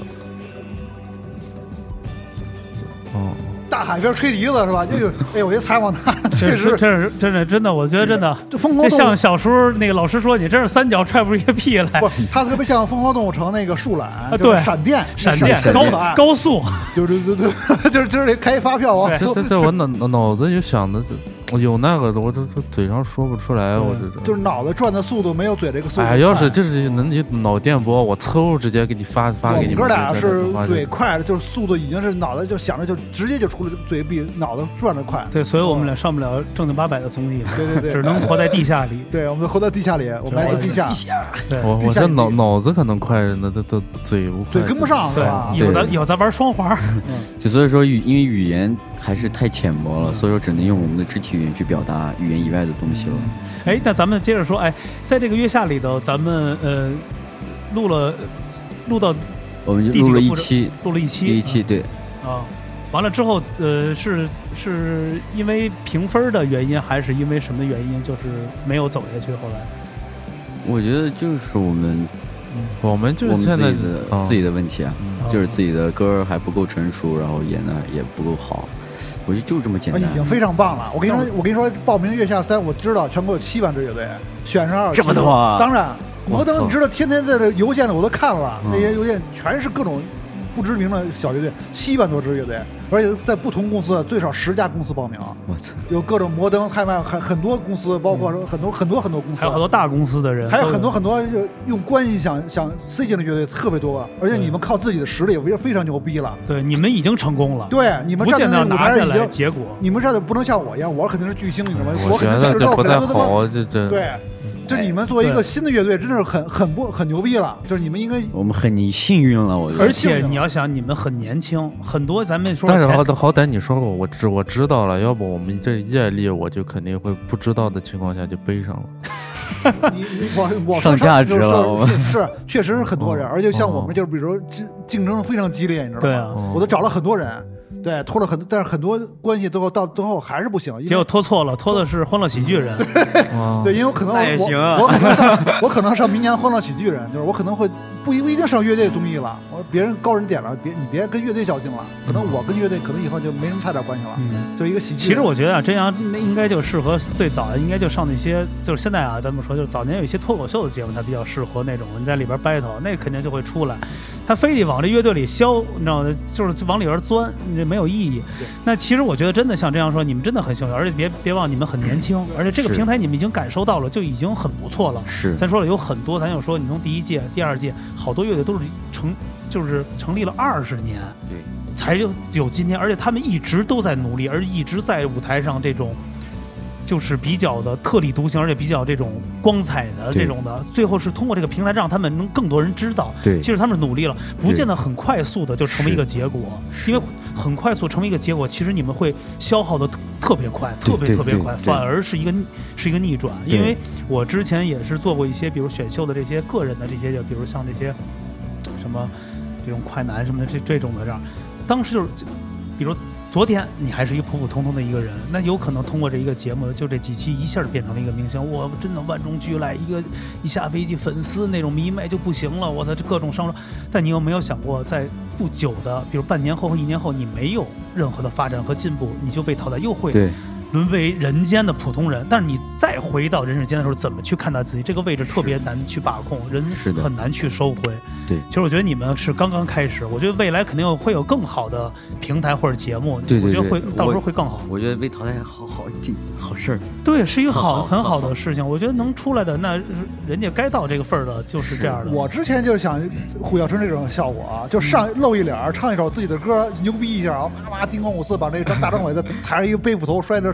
哦。 大海边吹笛子是吧？就有哎，我觉得采访他确实， 这是真的真的，我觉得真的， 就疯狂。 像小时候那个老师说，你真是三脚踹不出一个屁来。 不，他特别像《疯狂动物城》那个树懒， 啊，对， 闪电， 闪电，高高速， 对对对对，就是就是开发票啊。 这这这我脑脑子就想的，有那个我这这嘴上说不出来，我这就是脑子转的速度没有嘴这个速度。 哎，要是就是能你脑电波，我嗖直接给你发发给你们。 哥俩是嘴快的，就是速度已经是脑子就想着就直接就出来，嘴比脑子转得快。 对，所以我们俩上不了正经八百的综艺， 对对对， 只能活在地下里。 对，我们活在地下里，我们来自地下。 对， 我我这脑脑子可能快，那都都嘴不快， 嘴跟不上是吧？ 以后咱以后咱玩双环。 就所以说语，因为语言还是太浅薄了，所以说只能用我们的肢体语言去表达语言以外的东西了。 哎，那咱们接着说，哎，在这个月下里头，咱们呃录了录到我们录了一期， 录了一期， 第一期对啊。完了之后，呃，是是因为评分的原因，还是因为什么原因，就是没有走下去？后来， 我觉得就是我们， 嗯、我们就是我们自己的、 哦、 自己的问题啊， 嗯、 就是自己的歌还不够成熟，然后演的也不够好。我觉得就这么简单， 已经非常棒了。我跟你说，我跟你说，报名月下三，我知道全国有七万支乐队，选上这么多、啊。 当然，摩登你知道，天天在这邮件的我都看了，嗯、那些邮件全是各种不知名的小乐队，七万多支乐队，而且在不同公司最少十家公司报名。 我操！ 有各种摩登、泰麦，很很多公司，包括很多、嗯、很多很多公司， 还有很多大公司的人， 还有很多很多用关系想想塞进的乐队特别多，而且你们靠自己的实力也非常牛逼了。 对，你们已经成功了。 对，你们站在舞台上已经结果， 你们这的不能像我一样，我肯定是巨星，你知道吗？我肯定这肉不太好，这这对。就你们作为一个新的乐队，真的是很很不很牛逼了。就是你们应该， 我们很幸运了，我觉得。 而且你要想，你们很年轻，很多咱们说。 但是好歹好歹你说过，我知我知道了，要不我们这业力，我就肯定会不知道的情况下就背上了。 你我我上价值了， 是确实是很多人，而且像我们就是比如说竞争非常激烈，你知道吗？ 对啊， 我都找了很多人。对，拖了很多，但是很多关系最后到最后还是不行。 结果拖错了，拖的是欢乐喜剧人。 对，因为我可能我也行啊， 我可能上我可能上明年欢乐喜剧人，就是我可能会不一不一定上乐队综艺了。我别人高人点了，别你别跟乐队较劲了。可能我跟乐队可能以后就没什么太大关系了。嗯，就是一个喜剧。 其实我觉得啊，真阳应该就适合最早的，应该就上那些就是现在啊，咱们说就是早年有一些脱口秀的节目，它比较适合那种你在里边 battle， 那肯定就会出来。他非得往这乐队里削，你知道吗？就是往里边钻，这没有意义。那其实我觉得真的像这样说，你们真的很幸运，而且别别忘你们很年轻，而且这个平台你们已经感受到了，就已经很不错了。 是， 咱说了有很多，咱就说你从第一届、第二届，好多乐队都是成就是成立了二十年， 对， 才有有今天，而且他们一直都在努力，而一直在舞台上这种。就是比较的特立独行，而且比较这种光彩的这种的，最后是通过这个平台让他们能更多人知道。 对， 其实他们努力了，不见得很快速的就成为一个结果，因为很快速成为一个结果，其实你们会消耗的特别快，特别特别快，反而是一个是一个逆转。因为我之前也是做过一些，比如选秀的这些个人的这些，就比如像这些什么这种快男什么的这这种的这样，当时就是比如。昨天你还是一个普普通通的一个人，那有可能通过这一个节目，就这几期一下变成了一个明星。我真的万众俱来，一个一下飞机，粉丝那种迷妹就不行了，我的各种上。但你有没有想过，在不久的，比如半年后和一年后，你没有任何的发展和进步，你就被淘汰，又会沦为人间的普通人。但是你再回到人世间的时候，怎么去看待自己？这个位置特别难去把控，人很难去收回。 对， 其实我觉得你们是刚刚开始，我觉得未来肯定会有更好的平台或者节目。 对对对， 我觉得会到时候会更好。 我觉得被淘汰好好挺好事儿。 对，是一个好很好的事情。我觉得能出来的，那人家该到这个份儿的，就是这样的。 我之前就想胡小春这种效果啊，就上露一脸，唱一首自己的歌，牛逼一下，啪啪叮咣五四，把那个大张伟在台上一个背斧头摔着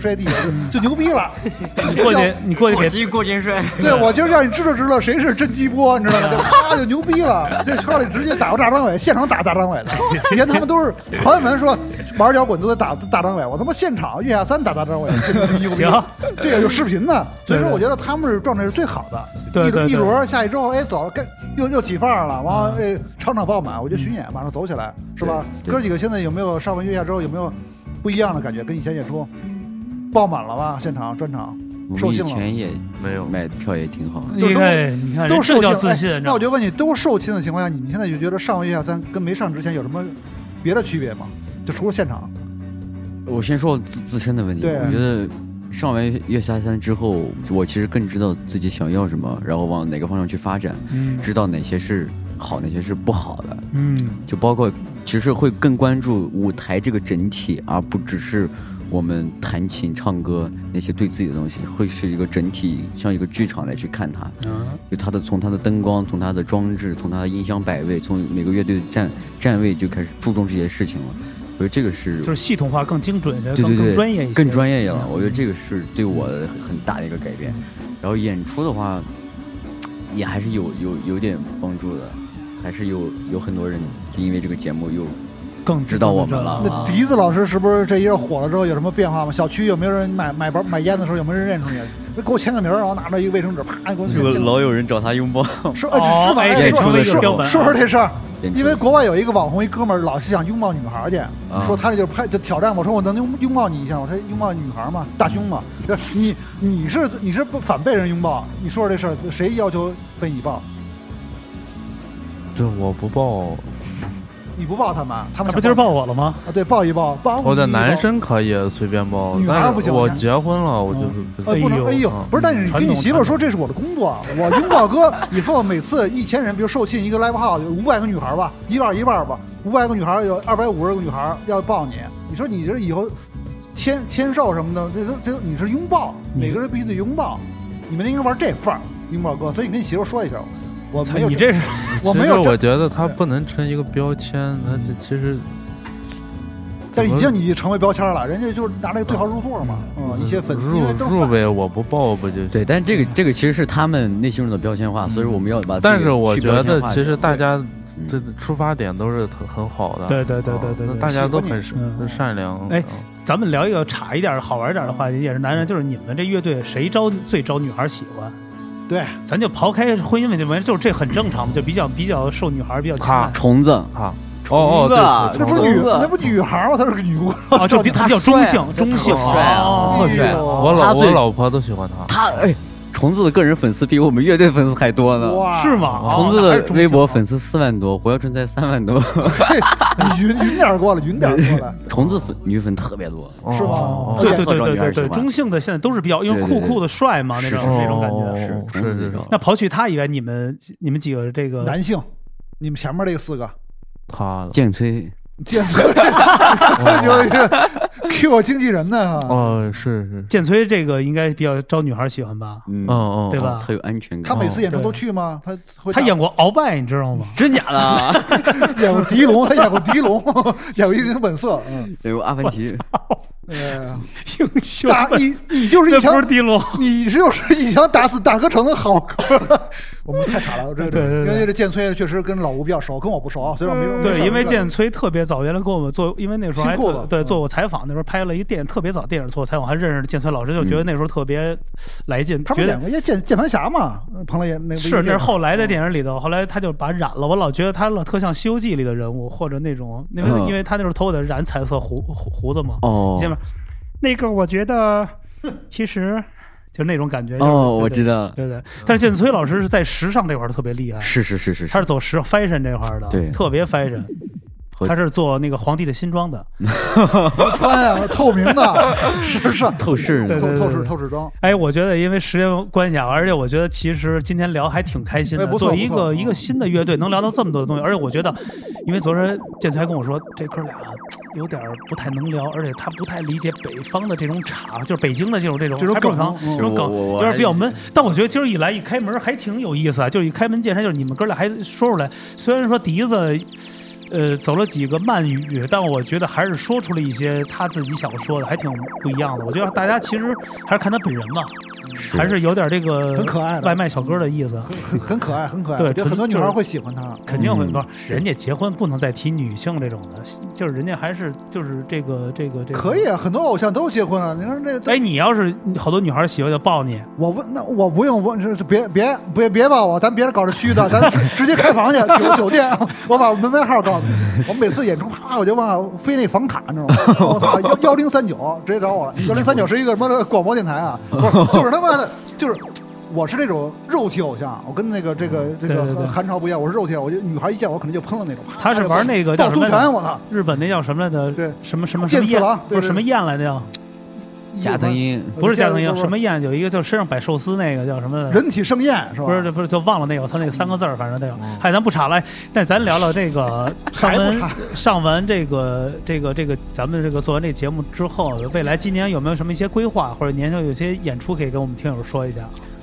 摔地就就牛逼了。 你过去，你过去给鸡过肩摔。 对，我就让你知道知道谁是真鸡波，你知道吗？就啪就牛逼了，这圈里直接打过大张伟，现场打大张伟的。以前他们都是传闻说玩摇滚都得打大张伟，我他妈现场月下三打大张伟，行，这个有视频呢。所以说，我觉得他们是状态是最好的。 对对， 一轮下去之后，哎，走了，该又又起范儿了，完了，哎，场场爆满，我觉得巡演马上走起来，是吧？哥几个现在有没有上完月下之后有没有不一样的感觉？跟以前演出爆满了吧？现场专场。 我们以前也没有卖票也挺好， 你看，你看， 都受叫自信。 那我就问你，都受亲的情况下，你现在就觉得上完月下三跟没上之前有什么别的区别吗？就除了现场。 我先说自自身的问题，我觉得上完月下三之后，我其实更知道自己想要什么，然后往哪个方向去发展，嗯，知道哪些是好，哪些是不好的，嗯，就包括其实会更关注舞台这个整体，而不只是我们弹琴唱歌那些对自己的东西，会是一个整体，像一个剧场来去看它。嗯，就它的从它的灯光，从它的装置，从它的音响摆位，从每个乐队的站站位就开始注重这些事情了。我觉得这个是就是系统化更精准一些， 对对对， 更专业一些， 更专业了。我觉得这个是对我很大的一个改变。然后演出的话，也还是有有有点帮助的，还是有有很多人就因为这个节目又更知道我们了。 那笛子老师是不是这一阵火了之后有什么变化吗？小区有没有人买买包买烟的时候有没有人认出你？给我签个名，然后拿着一个卫生纸，啪给我签。 老有人找他拥抱， 说呃是吧？ 哎， 说说说说这事儿。因为国外有一个网红，一哥们儿老是想拥抱女孩去，啊、说他就拍就挑战我，说我能拥拥抱你一下，我说拥抱女孩嘛，大胸嘛，你你是你是反被人拥抱，你说说这事儿，谁要求被你抱？ 这我不抱。 你不抱他们，他们不就是抱我了吗？ 啊，对，抱一抱，抱。 我的男生可以随便抱， 女孩不行。 我结婚了，我就是呃不能。哎呦，不是，但是你跟你媳妇说这是我的工作，我拥抱哥以后每次一千人，比如售罄一个 live house 有五百个女孩吧，一半一半吧，五百个女孩有二百五十个女孩要抱你，你说你这以后签签售什么的，这这你是拥抱，每个人必须得拥抱，你们应该玩这范儿拥抱哥，所以你跟你媳妇说一下。我没有， 你这是我没有。 我觉得它不能成一个标签，它这其实， 但已经你成为标签了，人家就是拿那个对号入座嘛，嗯，一些粉丝入入呗，我不报不就对？但这个这个其实是他们内心中的标签化，所以我们要把。 但是我觉得其实大家这出发点都是很很好的， 对对对对对， 大家都很善良。 哎，咱们聊一个岔一点、好玩一点的话题，也是男人，就是你们这乐队谁招最招女孩喜欢？ 对， 咱就刨开婚姻问题，就是这很正常嘛，就比较比较受女孩比较青睐。 虫子啊， 虫子， 这不是女，那不女孩吗？她是个女巫啊，就比她比较中性，中性， 帅啊，特帅。 我老我老婆都喜欢他。 他哎，虫子的个人粉丝比我们乐队粉丝还多呢。 哇， 是吗？ 虫子的微博粉丝四万多，活跃春才三万多。 你匀匀点过了，匀点过了。 虫子粉女粉特别多， 是吗？ 对对对对对对，中性的现在都是比较因为酷酷的帅嘛，那种那种感觉是是是。 那刨去他以外，你们你们几个这个男性，你们前面这个四个， 他剑崔。 剑崔，就是 Q 经纪人呢。 哦，是是， 剑崔这个应该比较招女孩喜欢吧？ 嗯嗯， 对吧？ 特有安全感。 他每次演出都去吗？他他演过鳌拜，你知道吗？ 真假的？ 演过狄龙，他演过狄龙，演过一人本色，嗯， 演过阿凡提。 呃， 英雄， 打你你就是一枪， 不是狄龙， 你就是一枪打死大哥城的好。我们太傻了，这这，因为这剑崔确实跟老吴比较熟，跟我不熟，所以我没对，因为剑崔特别早，原来跟我们做，因为那时候还对做过采访，那时候拍了一电影，特别早电影做采访，还认识剑崔老师，就觉得那时候特别来劲。 他不演过一键键盘侠嘛？彭磊演那个是那是后来的电影里头，后来他就把染了，我老觉得他老特像《西游记》里的人物，或者那种，因为因为他那时候头发染彩色胡胡胡子嘛。 哦， 前面那个我觉得其实。就那种感觉哦，我知道， 对对。但是剑崔老师是在时尚这块特别厉害， 是是是是， 他是走时尚 fashion 这块的， 对， 特别 fashion。他是做那个皇帝的新装的， 穿啊，透明的，时尚透视， 透透视透视装。 哎，我觉得因为时间关系啊，而且我觉得其实今天聊还挺开心的。作为一个一个新的乐队，能聊到这么多的东西，而且我觉得，因为昨天剑崔跟我说，这哥俩有点不太能聊，而且他不太理解北方的这种茶，就是北京的这种这种这种梗， 这种梗有点比较闷。但我觉得今儿一来一开门还挺有意思啊，就是一开门见山，就是你们哥俩还说出来，虽然说笛子。 呃走了几个慢语，但我觉得还是说出了一些他自己想说的，还挺不一样的。我觉得大家其实还是看他本人嘛，是还是有点这个很可爱的外卖小哥的意思， 很很很可爱，很可爱。 对， 很多女孩会喜欢他， 肯定很多。嗯、人家结婚不能再提女性这种的，就是人家还是就是这个这个这个可以啊，很多偶像都结婚了。你看这， 哎，你要是好多女孩喜欢就抱你， 我不那我不用我别别别别抱我，咱别搞这虚的，咱直接开房去酒酒店，我把门牌号告诉你。我每次演出啪我就往飞那房卡，你知道吗？我操幺幺零三九直接找我了，幺零三九是一个什么广播电台啊？不是，就是他妈的，就是我是这种肉体偶像，我跟那个这个这个韩潮不一样，我是肉体，我就女孩一见我可能就喷了那种。 他是玩那个叫什么？ 拳，我操！ 日本那叫什么来着？ 对， 什么什么剑次郎， 不是什么燕来的叫。 加藤鹰不是加藤鹰，什么燕？有一个就身上摆寿司那个叫什么？ 人体盛宴是吧？ 不是不是，就忘了那个，他那个三个字儿，反正那个。嗨，咱不岔了，但咱聊聊这个上完上完这个这个这个咱们这个做完这节目之后，未来今年有没有什么一些规划，或者年终有些演出可以跟我们听友说一下？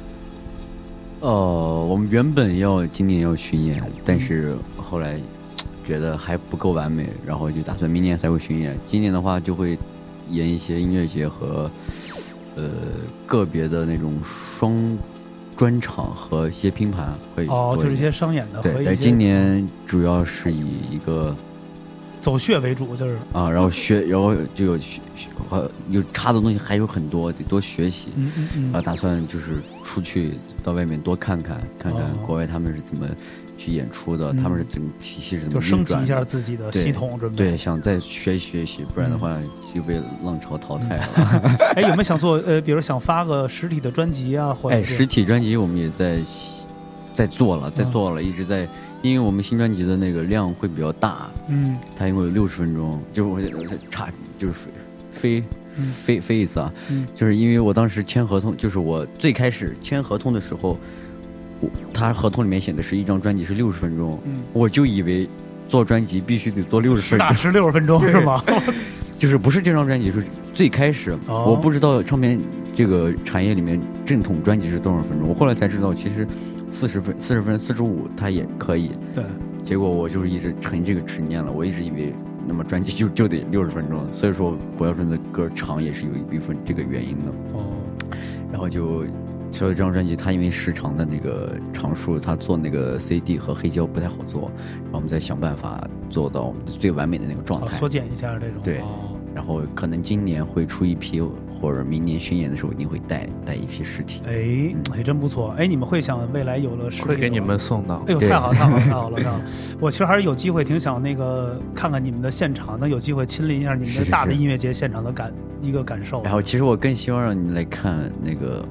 呃，我们原本要今年要巡演，但是后来觉得还不够完美，然后就打算明年才会巡演。今年的话就会演一些音乐节和呃个别的那种双专场和一些拼盘会哦，就是一些商演的。 对，但今年主要是以一个走穴为主，就是啊，然后学，然后就有学呃有差的东西还有很多，得多学习。 嗯嗯嗯。 啊，打算就是出去到外面多看看，看看国外他们是怎么去演出的，他们是整个体系是怎么运转的，就升级一下自己的系统，准备对，想再学习学习，不然的话就被浪潮淘汰了。 哎，有没有想做呃，比如想发个实体的专辑啊，或者哎，实体专辑我们也在在做了，在做了，一直在。因为我们新专辑的那个量会比较大， 嗯， 它因为有六十分钟，就是我差就是飞飞飞一次啊， 嗯， 就是因为我当时签合同，就是我最开始签合同的时候，我他合同里面写的是一张专辑是六十分钟， 嗯， 我就以为做专辑必须得做六十分钟， 实打实六十分钟是吗？ 就是不是这张专辑是最开始， 哦， 我不知道唱片这个产业里面正统专辑是多少分钟，我后来才知道其实。四十分、四十分、四十五，它也可以。 对， 结果我就是一直成这个执念了。我一直以为，那么专辑就就得六十分钟，所以说火药味的歌长也是有一部分这个原因的。 哦， 然后就所以这张专辑，它因为时长的那个长数，它做那个 C D 和黑胶不太好做，然后我们再想办法做到我们最完美的那个状态， 缩减一下这种。 对， 哦， 然后可能今年会出一批。或者明年巡演的时候一定会带带一批实体， 哎，还真不错。哎，你们会想未来有了实体会给你们送到？ 哎呦，太好太好太好了太好了！我其实还是有机会挺想那个看看你们的现场，能有机会亲临一下你们的大的音乐节现场的感一个感受。 然后其实我更希望让你来看那个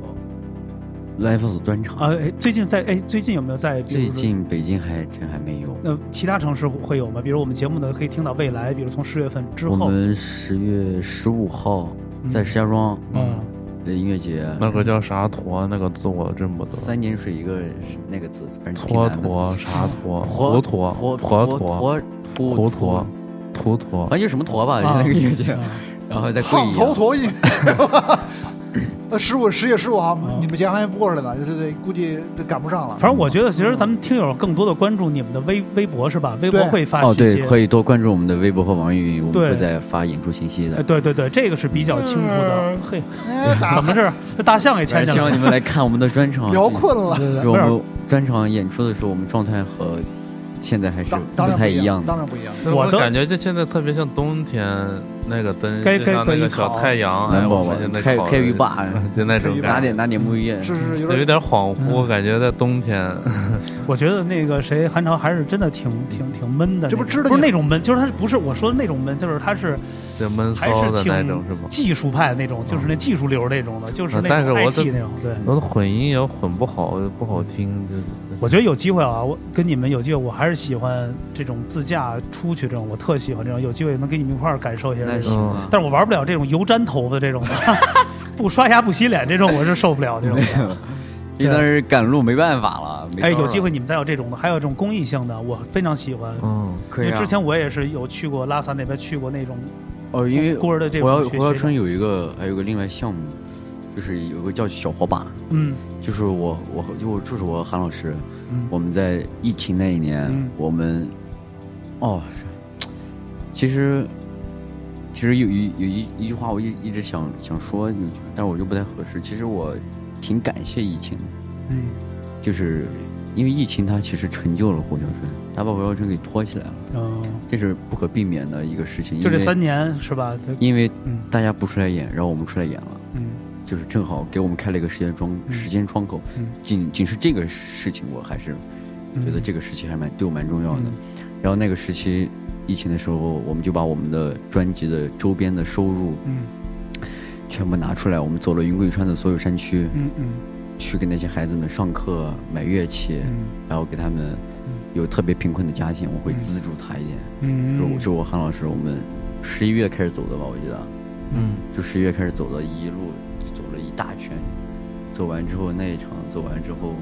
Live House 专场啊。哎，最近在哎最近有没有在？ 最近北京还真还没有。 那其他城市会有吗？比如我们节目呢可以听到未来，比如从十月份之后。 我们十月十五号。在石家庄， 嗯， 的音乐节， 那个叫啥坨？那个字我真不得。 三点水一个那个字，反正坨坨啥坨？糊坨、 坨坨坨、 糊坨、图坨， 反正就什么坨吧，那个音乐节。然后在炕头坨音。呃，十五十月十五号，你们家还不过来呢，就是估计赶不上了。 反正我觉得，其实咱们听友更多的关注你们的微微博是吧？微博会发哦，对，可以多关注我们的微博和网易云，我们会在发演出信息的。 对对对，这个是比较清楚的。嘿，怎么是这大象给牵着了？ 希望你们来看我们的专场。 聊困了。 我们专场演出的时候，我们状态和现在还是不太一样的， 当然不一样。 我感觉就现在特别像冬天。那个灯就像那个小太阳， 哎，我们开开浴霸， 就那种拿点拿点沐浴液， 是是有点恍惚，感觉在冬天。 我觉得那个谁韩潮还是真的挺挺挺闷的， 这不知道不是那种闷，就是他不是我说的那种闷，就是他是就闷骚的那种，是吧？ 技术派那种，就是那技术流那种的，就是那但是我的那种，对， 我的混音也混不好，不好听。 我觉得有机会啊，我跟你们有机会，我还是喜欢这种自驾出去这种，我特喜欢这种，有机会能跟你们一块儿感受一下这种。但是我玩不了这种油粘头发这种的，不刷牙不洗脸这种我是受不了这种的。 因为那是赶路没办法了。 哎，有机会你们再有这种的，还有这种公益性的，我非常喜欢。 嗯，可以、啊。 因为之前我也是有去过拉萨那边，去过那种哦，因为孤儿的这种。火药村有一个，还有个另外项目，就是有个叫小火把。 嗯， 就是我我就就是我韩老师， 嗯、 我们在疫情那一年， 嗯、 我们哦其实，其实有一有一一句话我一一直想想说，但是我就不太合适。其实我挺感谢疫情， 嗯， 就是因为疫情它其实成就了火烧村，它把火烧村给托起来了， 嗯， 这是不可避免的一个事情。 就这三年是吧？ 因为大家不出来演，然后我们出来演了， 嗯， 就是正好给我们开了一个时间窗、嗯、时间窗口， 嗯， 仅仅是这个事情，我还是觉得这个时期还蛮对我蛮重要的。嗯、然后那个时期疫情的时候，我们就把我们的专辑的周边的收入， 嗯， 全部拿出来，我们走了云贵川的所有山区， 嗯嗯， 去给那些孩子们上课、买乐器，嗯、然后给他们有特别贫困的家庭，我会资助他一点。 嗯， 是我是我韩老师，我们十一月开始走的吧，我记得， 嗯， 就十一月开始走的，一路走了一大圈，走完之后那一场走完之后，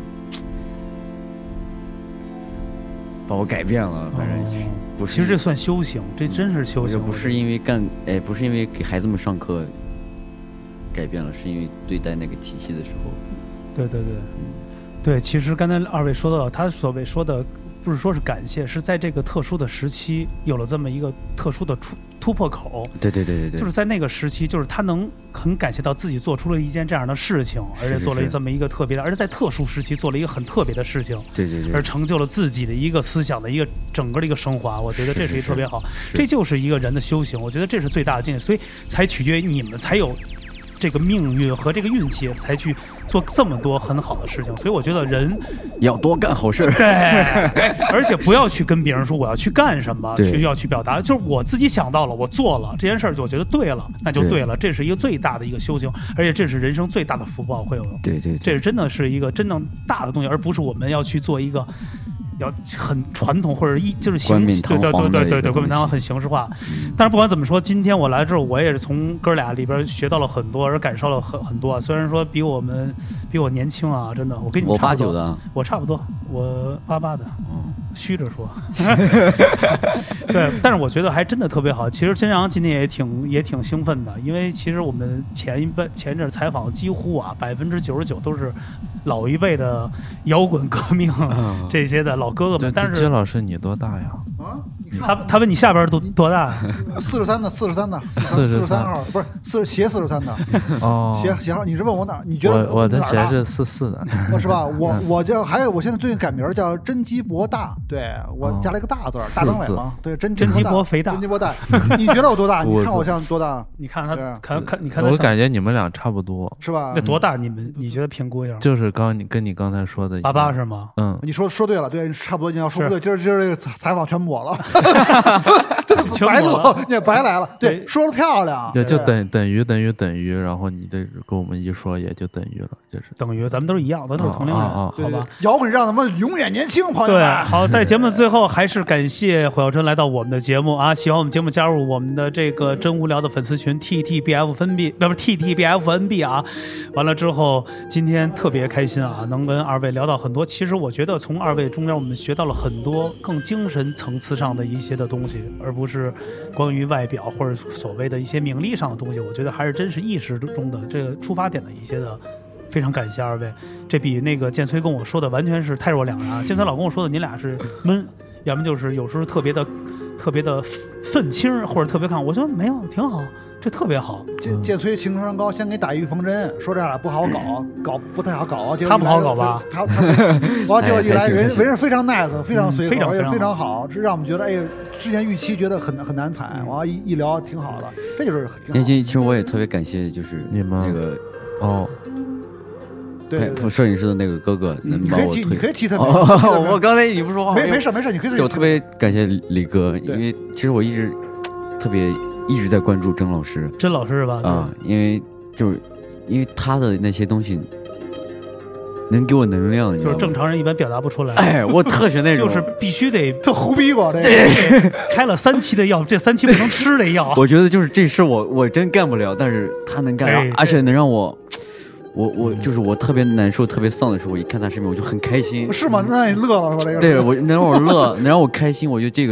把我改变了，反正。哦不是，其实这算修行，这真是修行。 不是因为干，哎，不是因为给孩子们上课改变了，是因为对待那个体系的时候。 对对对，嗯、对，其实刚才二位说到，他所谓说的不是说是感谢，是在这个特殊的时期有了这么一个特殊的出突破口。 对对对对对， 就是在那个时期，就是他能很感谢到自己做出了一件这样的事情，而且做了这么一个特别的，而且在特殊时期做了一个很特别的事情。 对对对， 而成就了自己的一个思想的一个整个的一个升华。我觉得这是一个特别好，这就是一个人的修行。我觉得这是最大的境界，所以才取决于你们才有这个命运和这个运气，才去做这么多很好的事情。所以我觉得人要多干好事， 对，而且不要去跟别人说我要去干什么，去要去表达，就是我自己想到了，我做了这件事儿，我觉得对了，那就对了。这是一个最大的一个修行，而且这是人生最大的福报，会有。 对 对, 对， 这是真的是一个真正大的东西，而不是我们要去做一个。要很传统或者一就是形对对对对对对冠冕堂皇很形式化，嗯、但是不管怎么说，今天我来之后，我也是从哥俩里边学到了很多，而感受了很很多。虽然说比我们比我年轻啊，真的，我跟你们差不多， 我八九的， 我差不多，我八八的，嗯，虚着说。对，但是我觉得还真的特别好。其实真阳今天也挺也挺兴奋的，因为其实我们前一辈前一阵采访几乎啊百分之九十九都是老一辈的摇滚革命、嗯、这些的老哥哥们。但是金老师你多大呀？ 啊， 他他问你下边多多大？ 四十三的，四十三的，四十三号，不是四斜四十三的。 哦， 斜斜号，你是问我哪？你觉得我我的斜是四四的， 是吧？我我叫还有，我现在最近改名叫真基博大，对我加了一个大字，大张伟嘛，对，真真基博肥大， 真基博大。你觉得我多大？你看我像多大？ 你看他，看看你看他， 我感觉你们俩差不多， 是吧？ 那多大？你们你觉得评估一下？ 就是刚你跟你刚才说的八八是吗？ 嗯， 你说说对了，对，差不多。你要说不对，今儿今儿这个采访全抹了。白录，你也白来了。对，说的漂亮。 对，就等等于等于等于，然后你这跟我们一说，也就等于了，就是等于咱们都是一样，咱都是同龄人， 啊好吧？ 摇滚让咱们永远年轻，朋友们。 对，好，在节目的最后，还是感谢火药春来到我们的节目啊！喜欢我们节目，加入我们的这个真无聊的粉丝群 T T B F 分 B， 不是 T T B F N B 啊。完了之后，今天特别开心啊，能跟二位聊到很多。其实我觉得从二位中间，我们学到了很多更精神层次上的一些的东西，而不是关于外表或者所谓的一些名利上的东西。我觉得还是真是意识中的这个出发点的一些的。非常感谢二位，这比那个建崔跟我说的完全是太若两人啊！建崔老跟我说的，你俩是闷，要么就是有时候特别的、特别的愤青，或者特别看，我说没有，挺好。这特别好， 建建崔情商高，先给打预防针，说这俩不好搞，搞不太好搞。 他不好搞吧？ 他他，完结果一来人为人非常 nice， 非常随和，也非常好，这让我们觉得哎，之前预期觉得很很难踩，完一一聊挺好的，这就是挺好。 其实我也特别感谢，就是你们那个哦。 对， 摄影师的那个哥哥能帮我推， 你可以替他。 我刚才你不说话， 没没事没事，你可以。 我特别感谢李哥，因为其实我一直特别一直在关注甄老师， 甄老师是吧？ 啊，因为就是因为他的那些东西能给我能量， 就是正常人一般表达不出来。 哎，我特学那种， 就是必须得特胡逼我这个，开了三期的药，这三期不能吃的药。 我觉得就是这事我我真干不了，但是他能干， 哎、 而且能让我。我我就是我特别难受、特别丧的时候，我一看他视频，我就很开心。 是吗？那你乐了是吧？这个对我能让我乐，能让我开心，我觉得这个人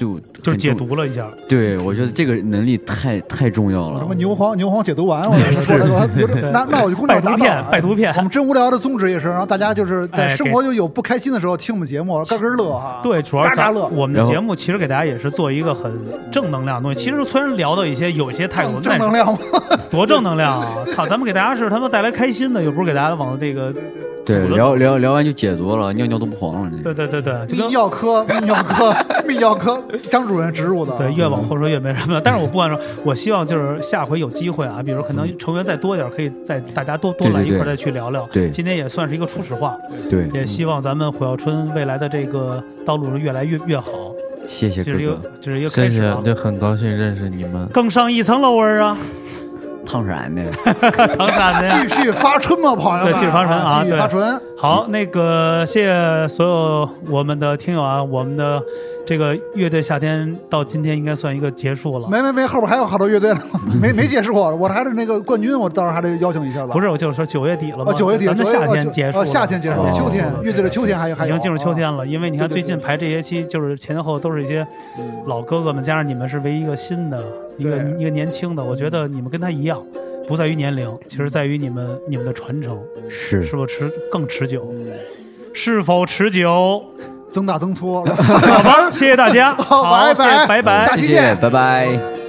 对我就是解读了一下。 对，我觉得这个能力太太重要了。 什么牛黄牛黄解读完，我说的，那那我就功劳达到。 拜图片， 我们真无聊的宗旨也是让大家就是在生活就有不开心的时候听我们节目，咯咯乐哈。 对，主要是嘎乐。 我们的节目其实给大家也是做一个很正能量的东西。其实虽然聊到一些有一些态度， 正能量吗？ 多正能量啊！操，咱们给大家是他们带来开心的，又不是给大家往这个。 对，聊聊聊完就解毒了，尿尿都不黄了。 对对对对， 泌尿科泌尿科泌尿科张主任植入的。 对，越往后说越没什么了。但是我不管说，我希望就是下回有机会啊，比如可能成员再多点，可以再大家多多来一块再去聊聊。 对， 今天也算是一个初始化。 对， 也希望咱们火药春未来的这个道路是越来越越好。 谢谢哥哥， 这是一个开始。 谢谢，就很高兴认识你们。 更上一层楼啊！ 唐山的， 唐山的， 继续发春嘛，朋友们， 对，继续发春啊， 继续发春。 好，那个谢谢所有我们的听友啊，我们的这个乐队夏天到今天应该算一个结束了。 没没没，后边还有好多乐队呢，没没结束过，我还是那个冠军，我到时候还得邀请一下吧。 不是，我就是说九月底了嘛， 九月底， 咱们夏天结束了， 夏天结束，秋天乐队的秋天还有还已经进入秋天了，因为你看最近排这些期，就是前前后后都是一些老哥哥们，加上你们是唯一一个新的一个一个年轻的，我觉得你们跟他一样。不在于年龄，其实在于你们你们的传承是是否持更持久，是否持久， 增大增粗。 好吧，谢谢大家， 好，拜拜， 拜拜， 下期见， 拜拜。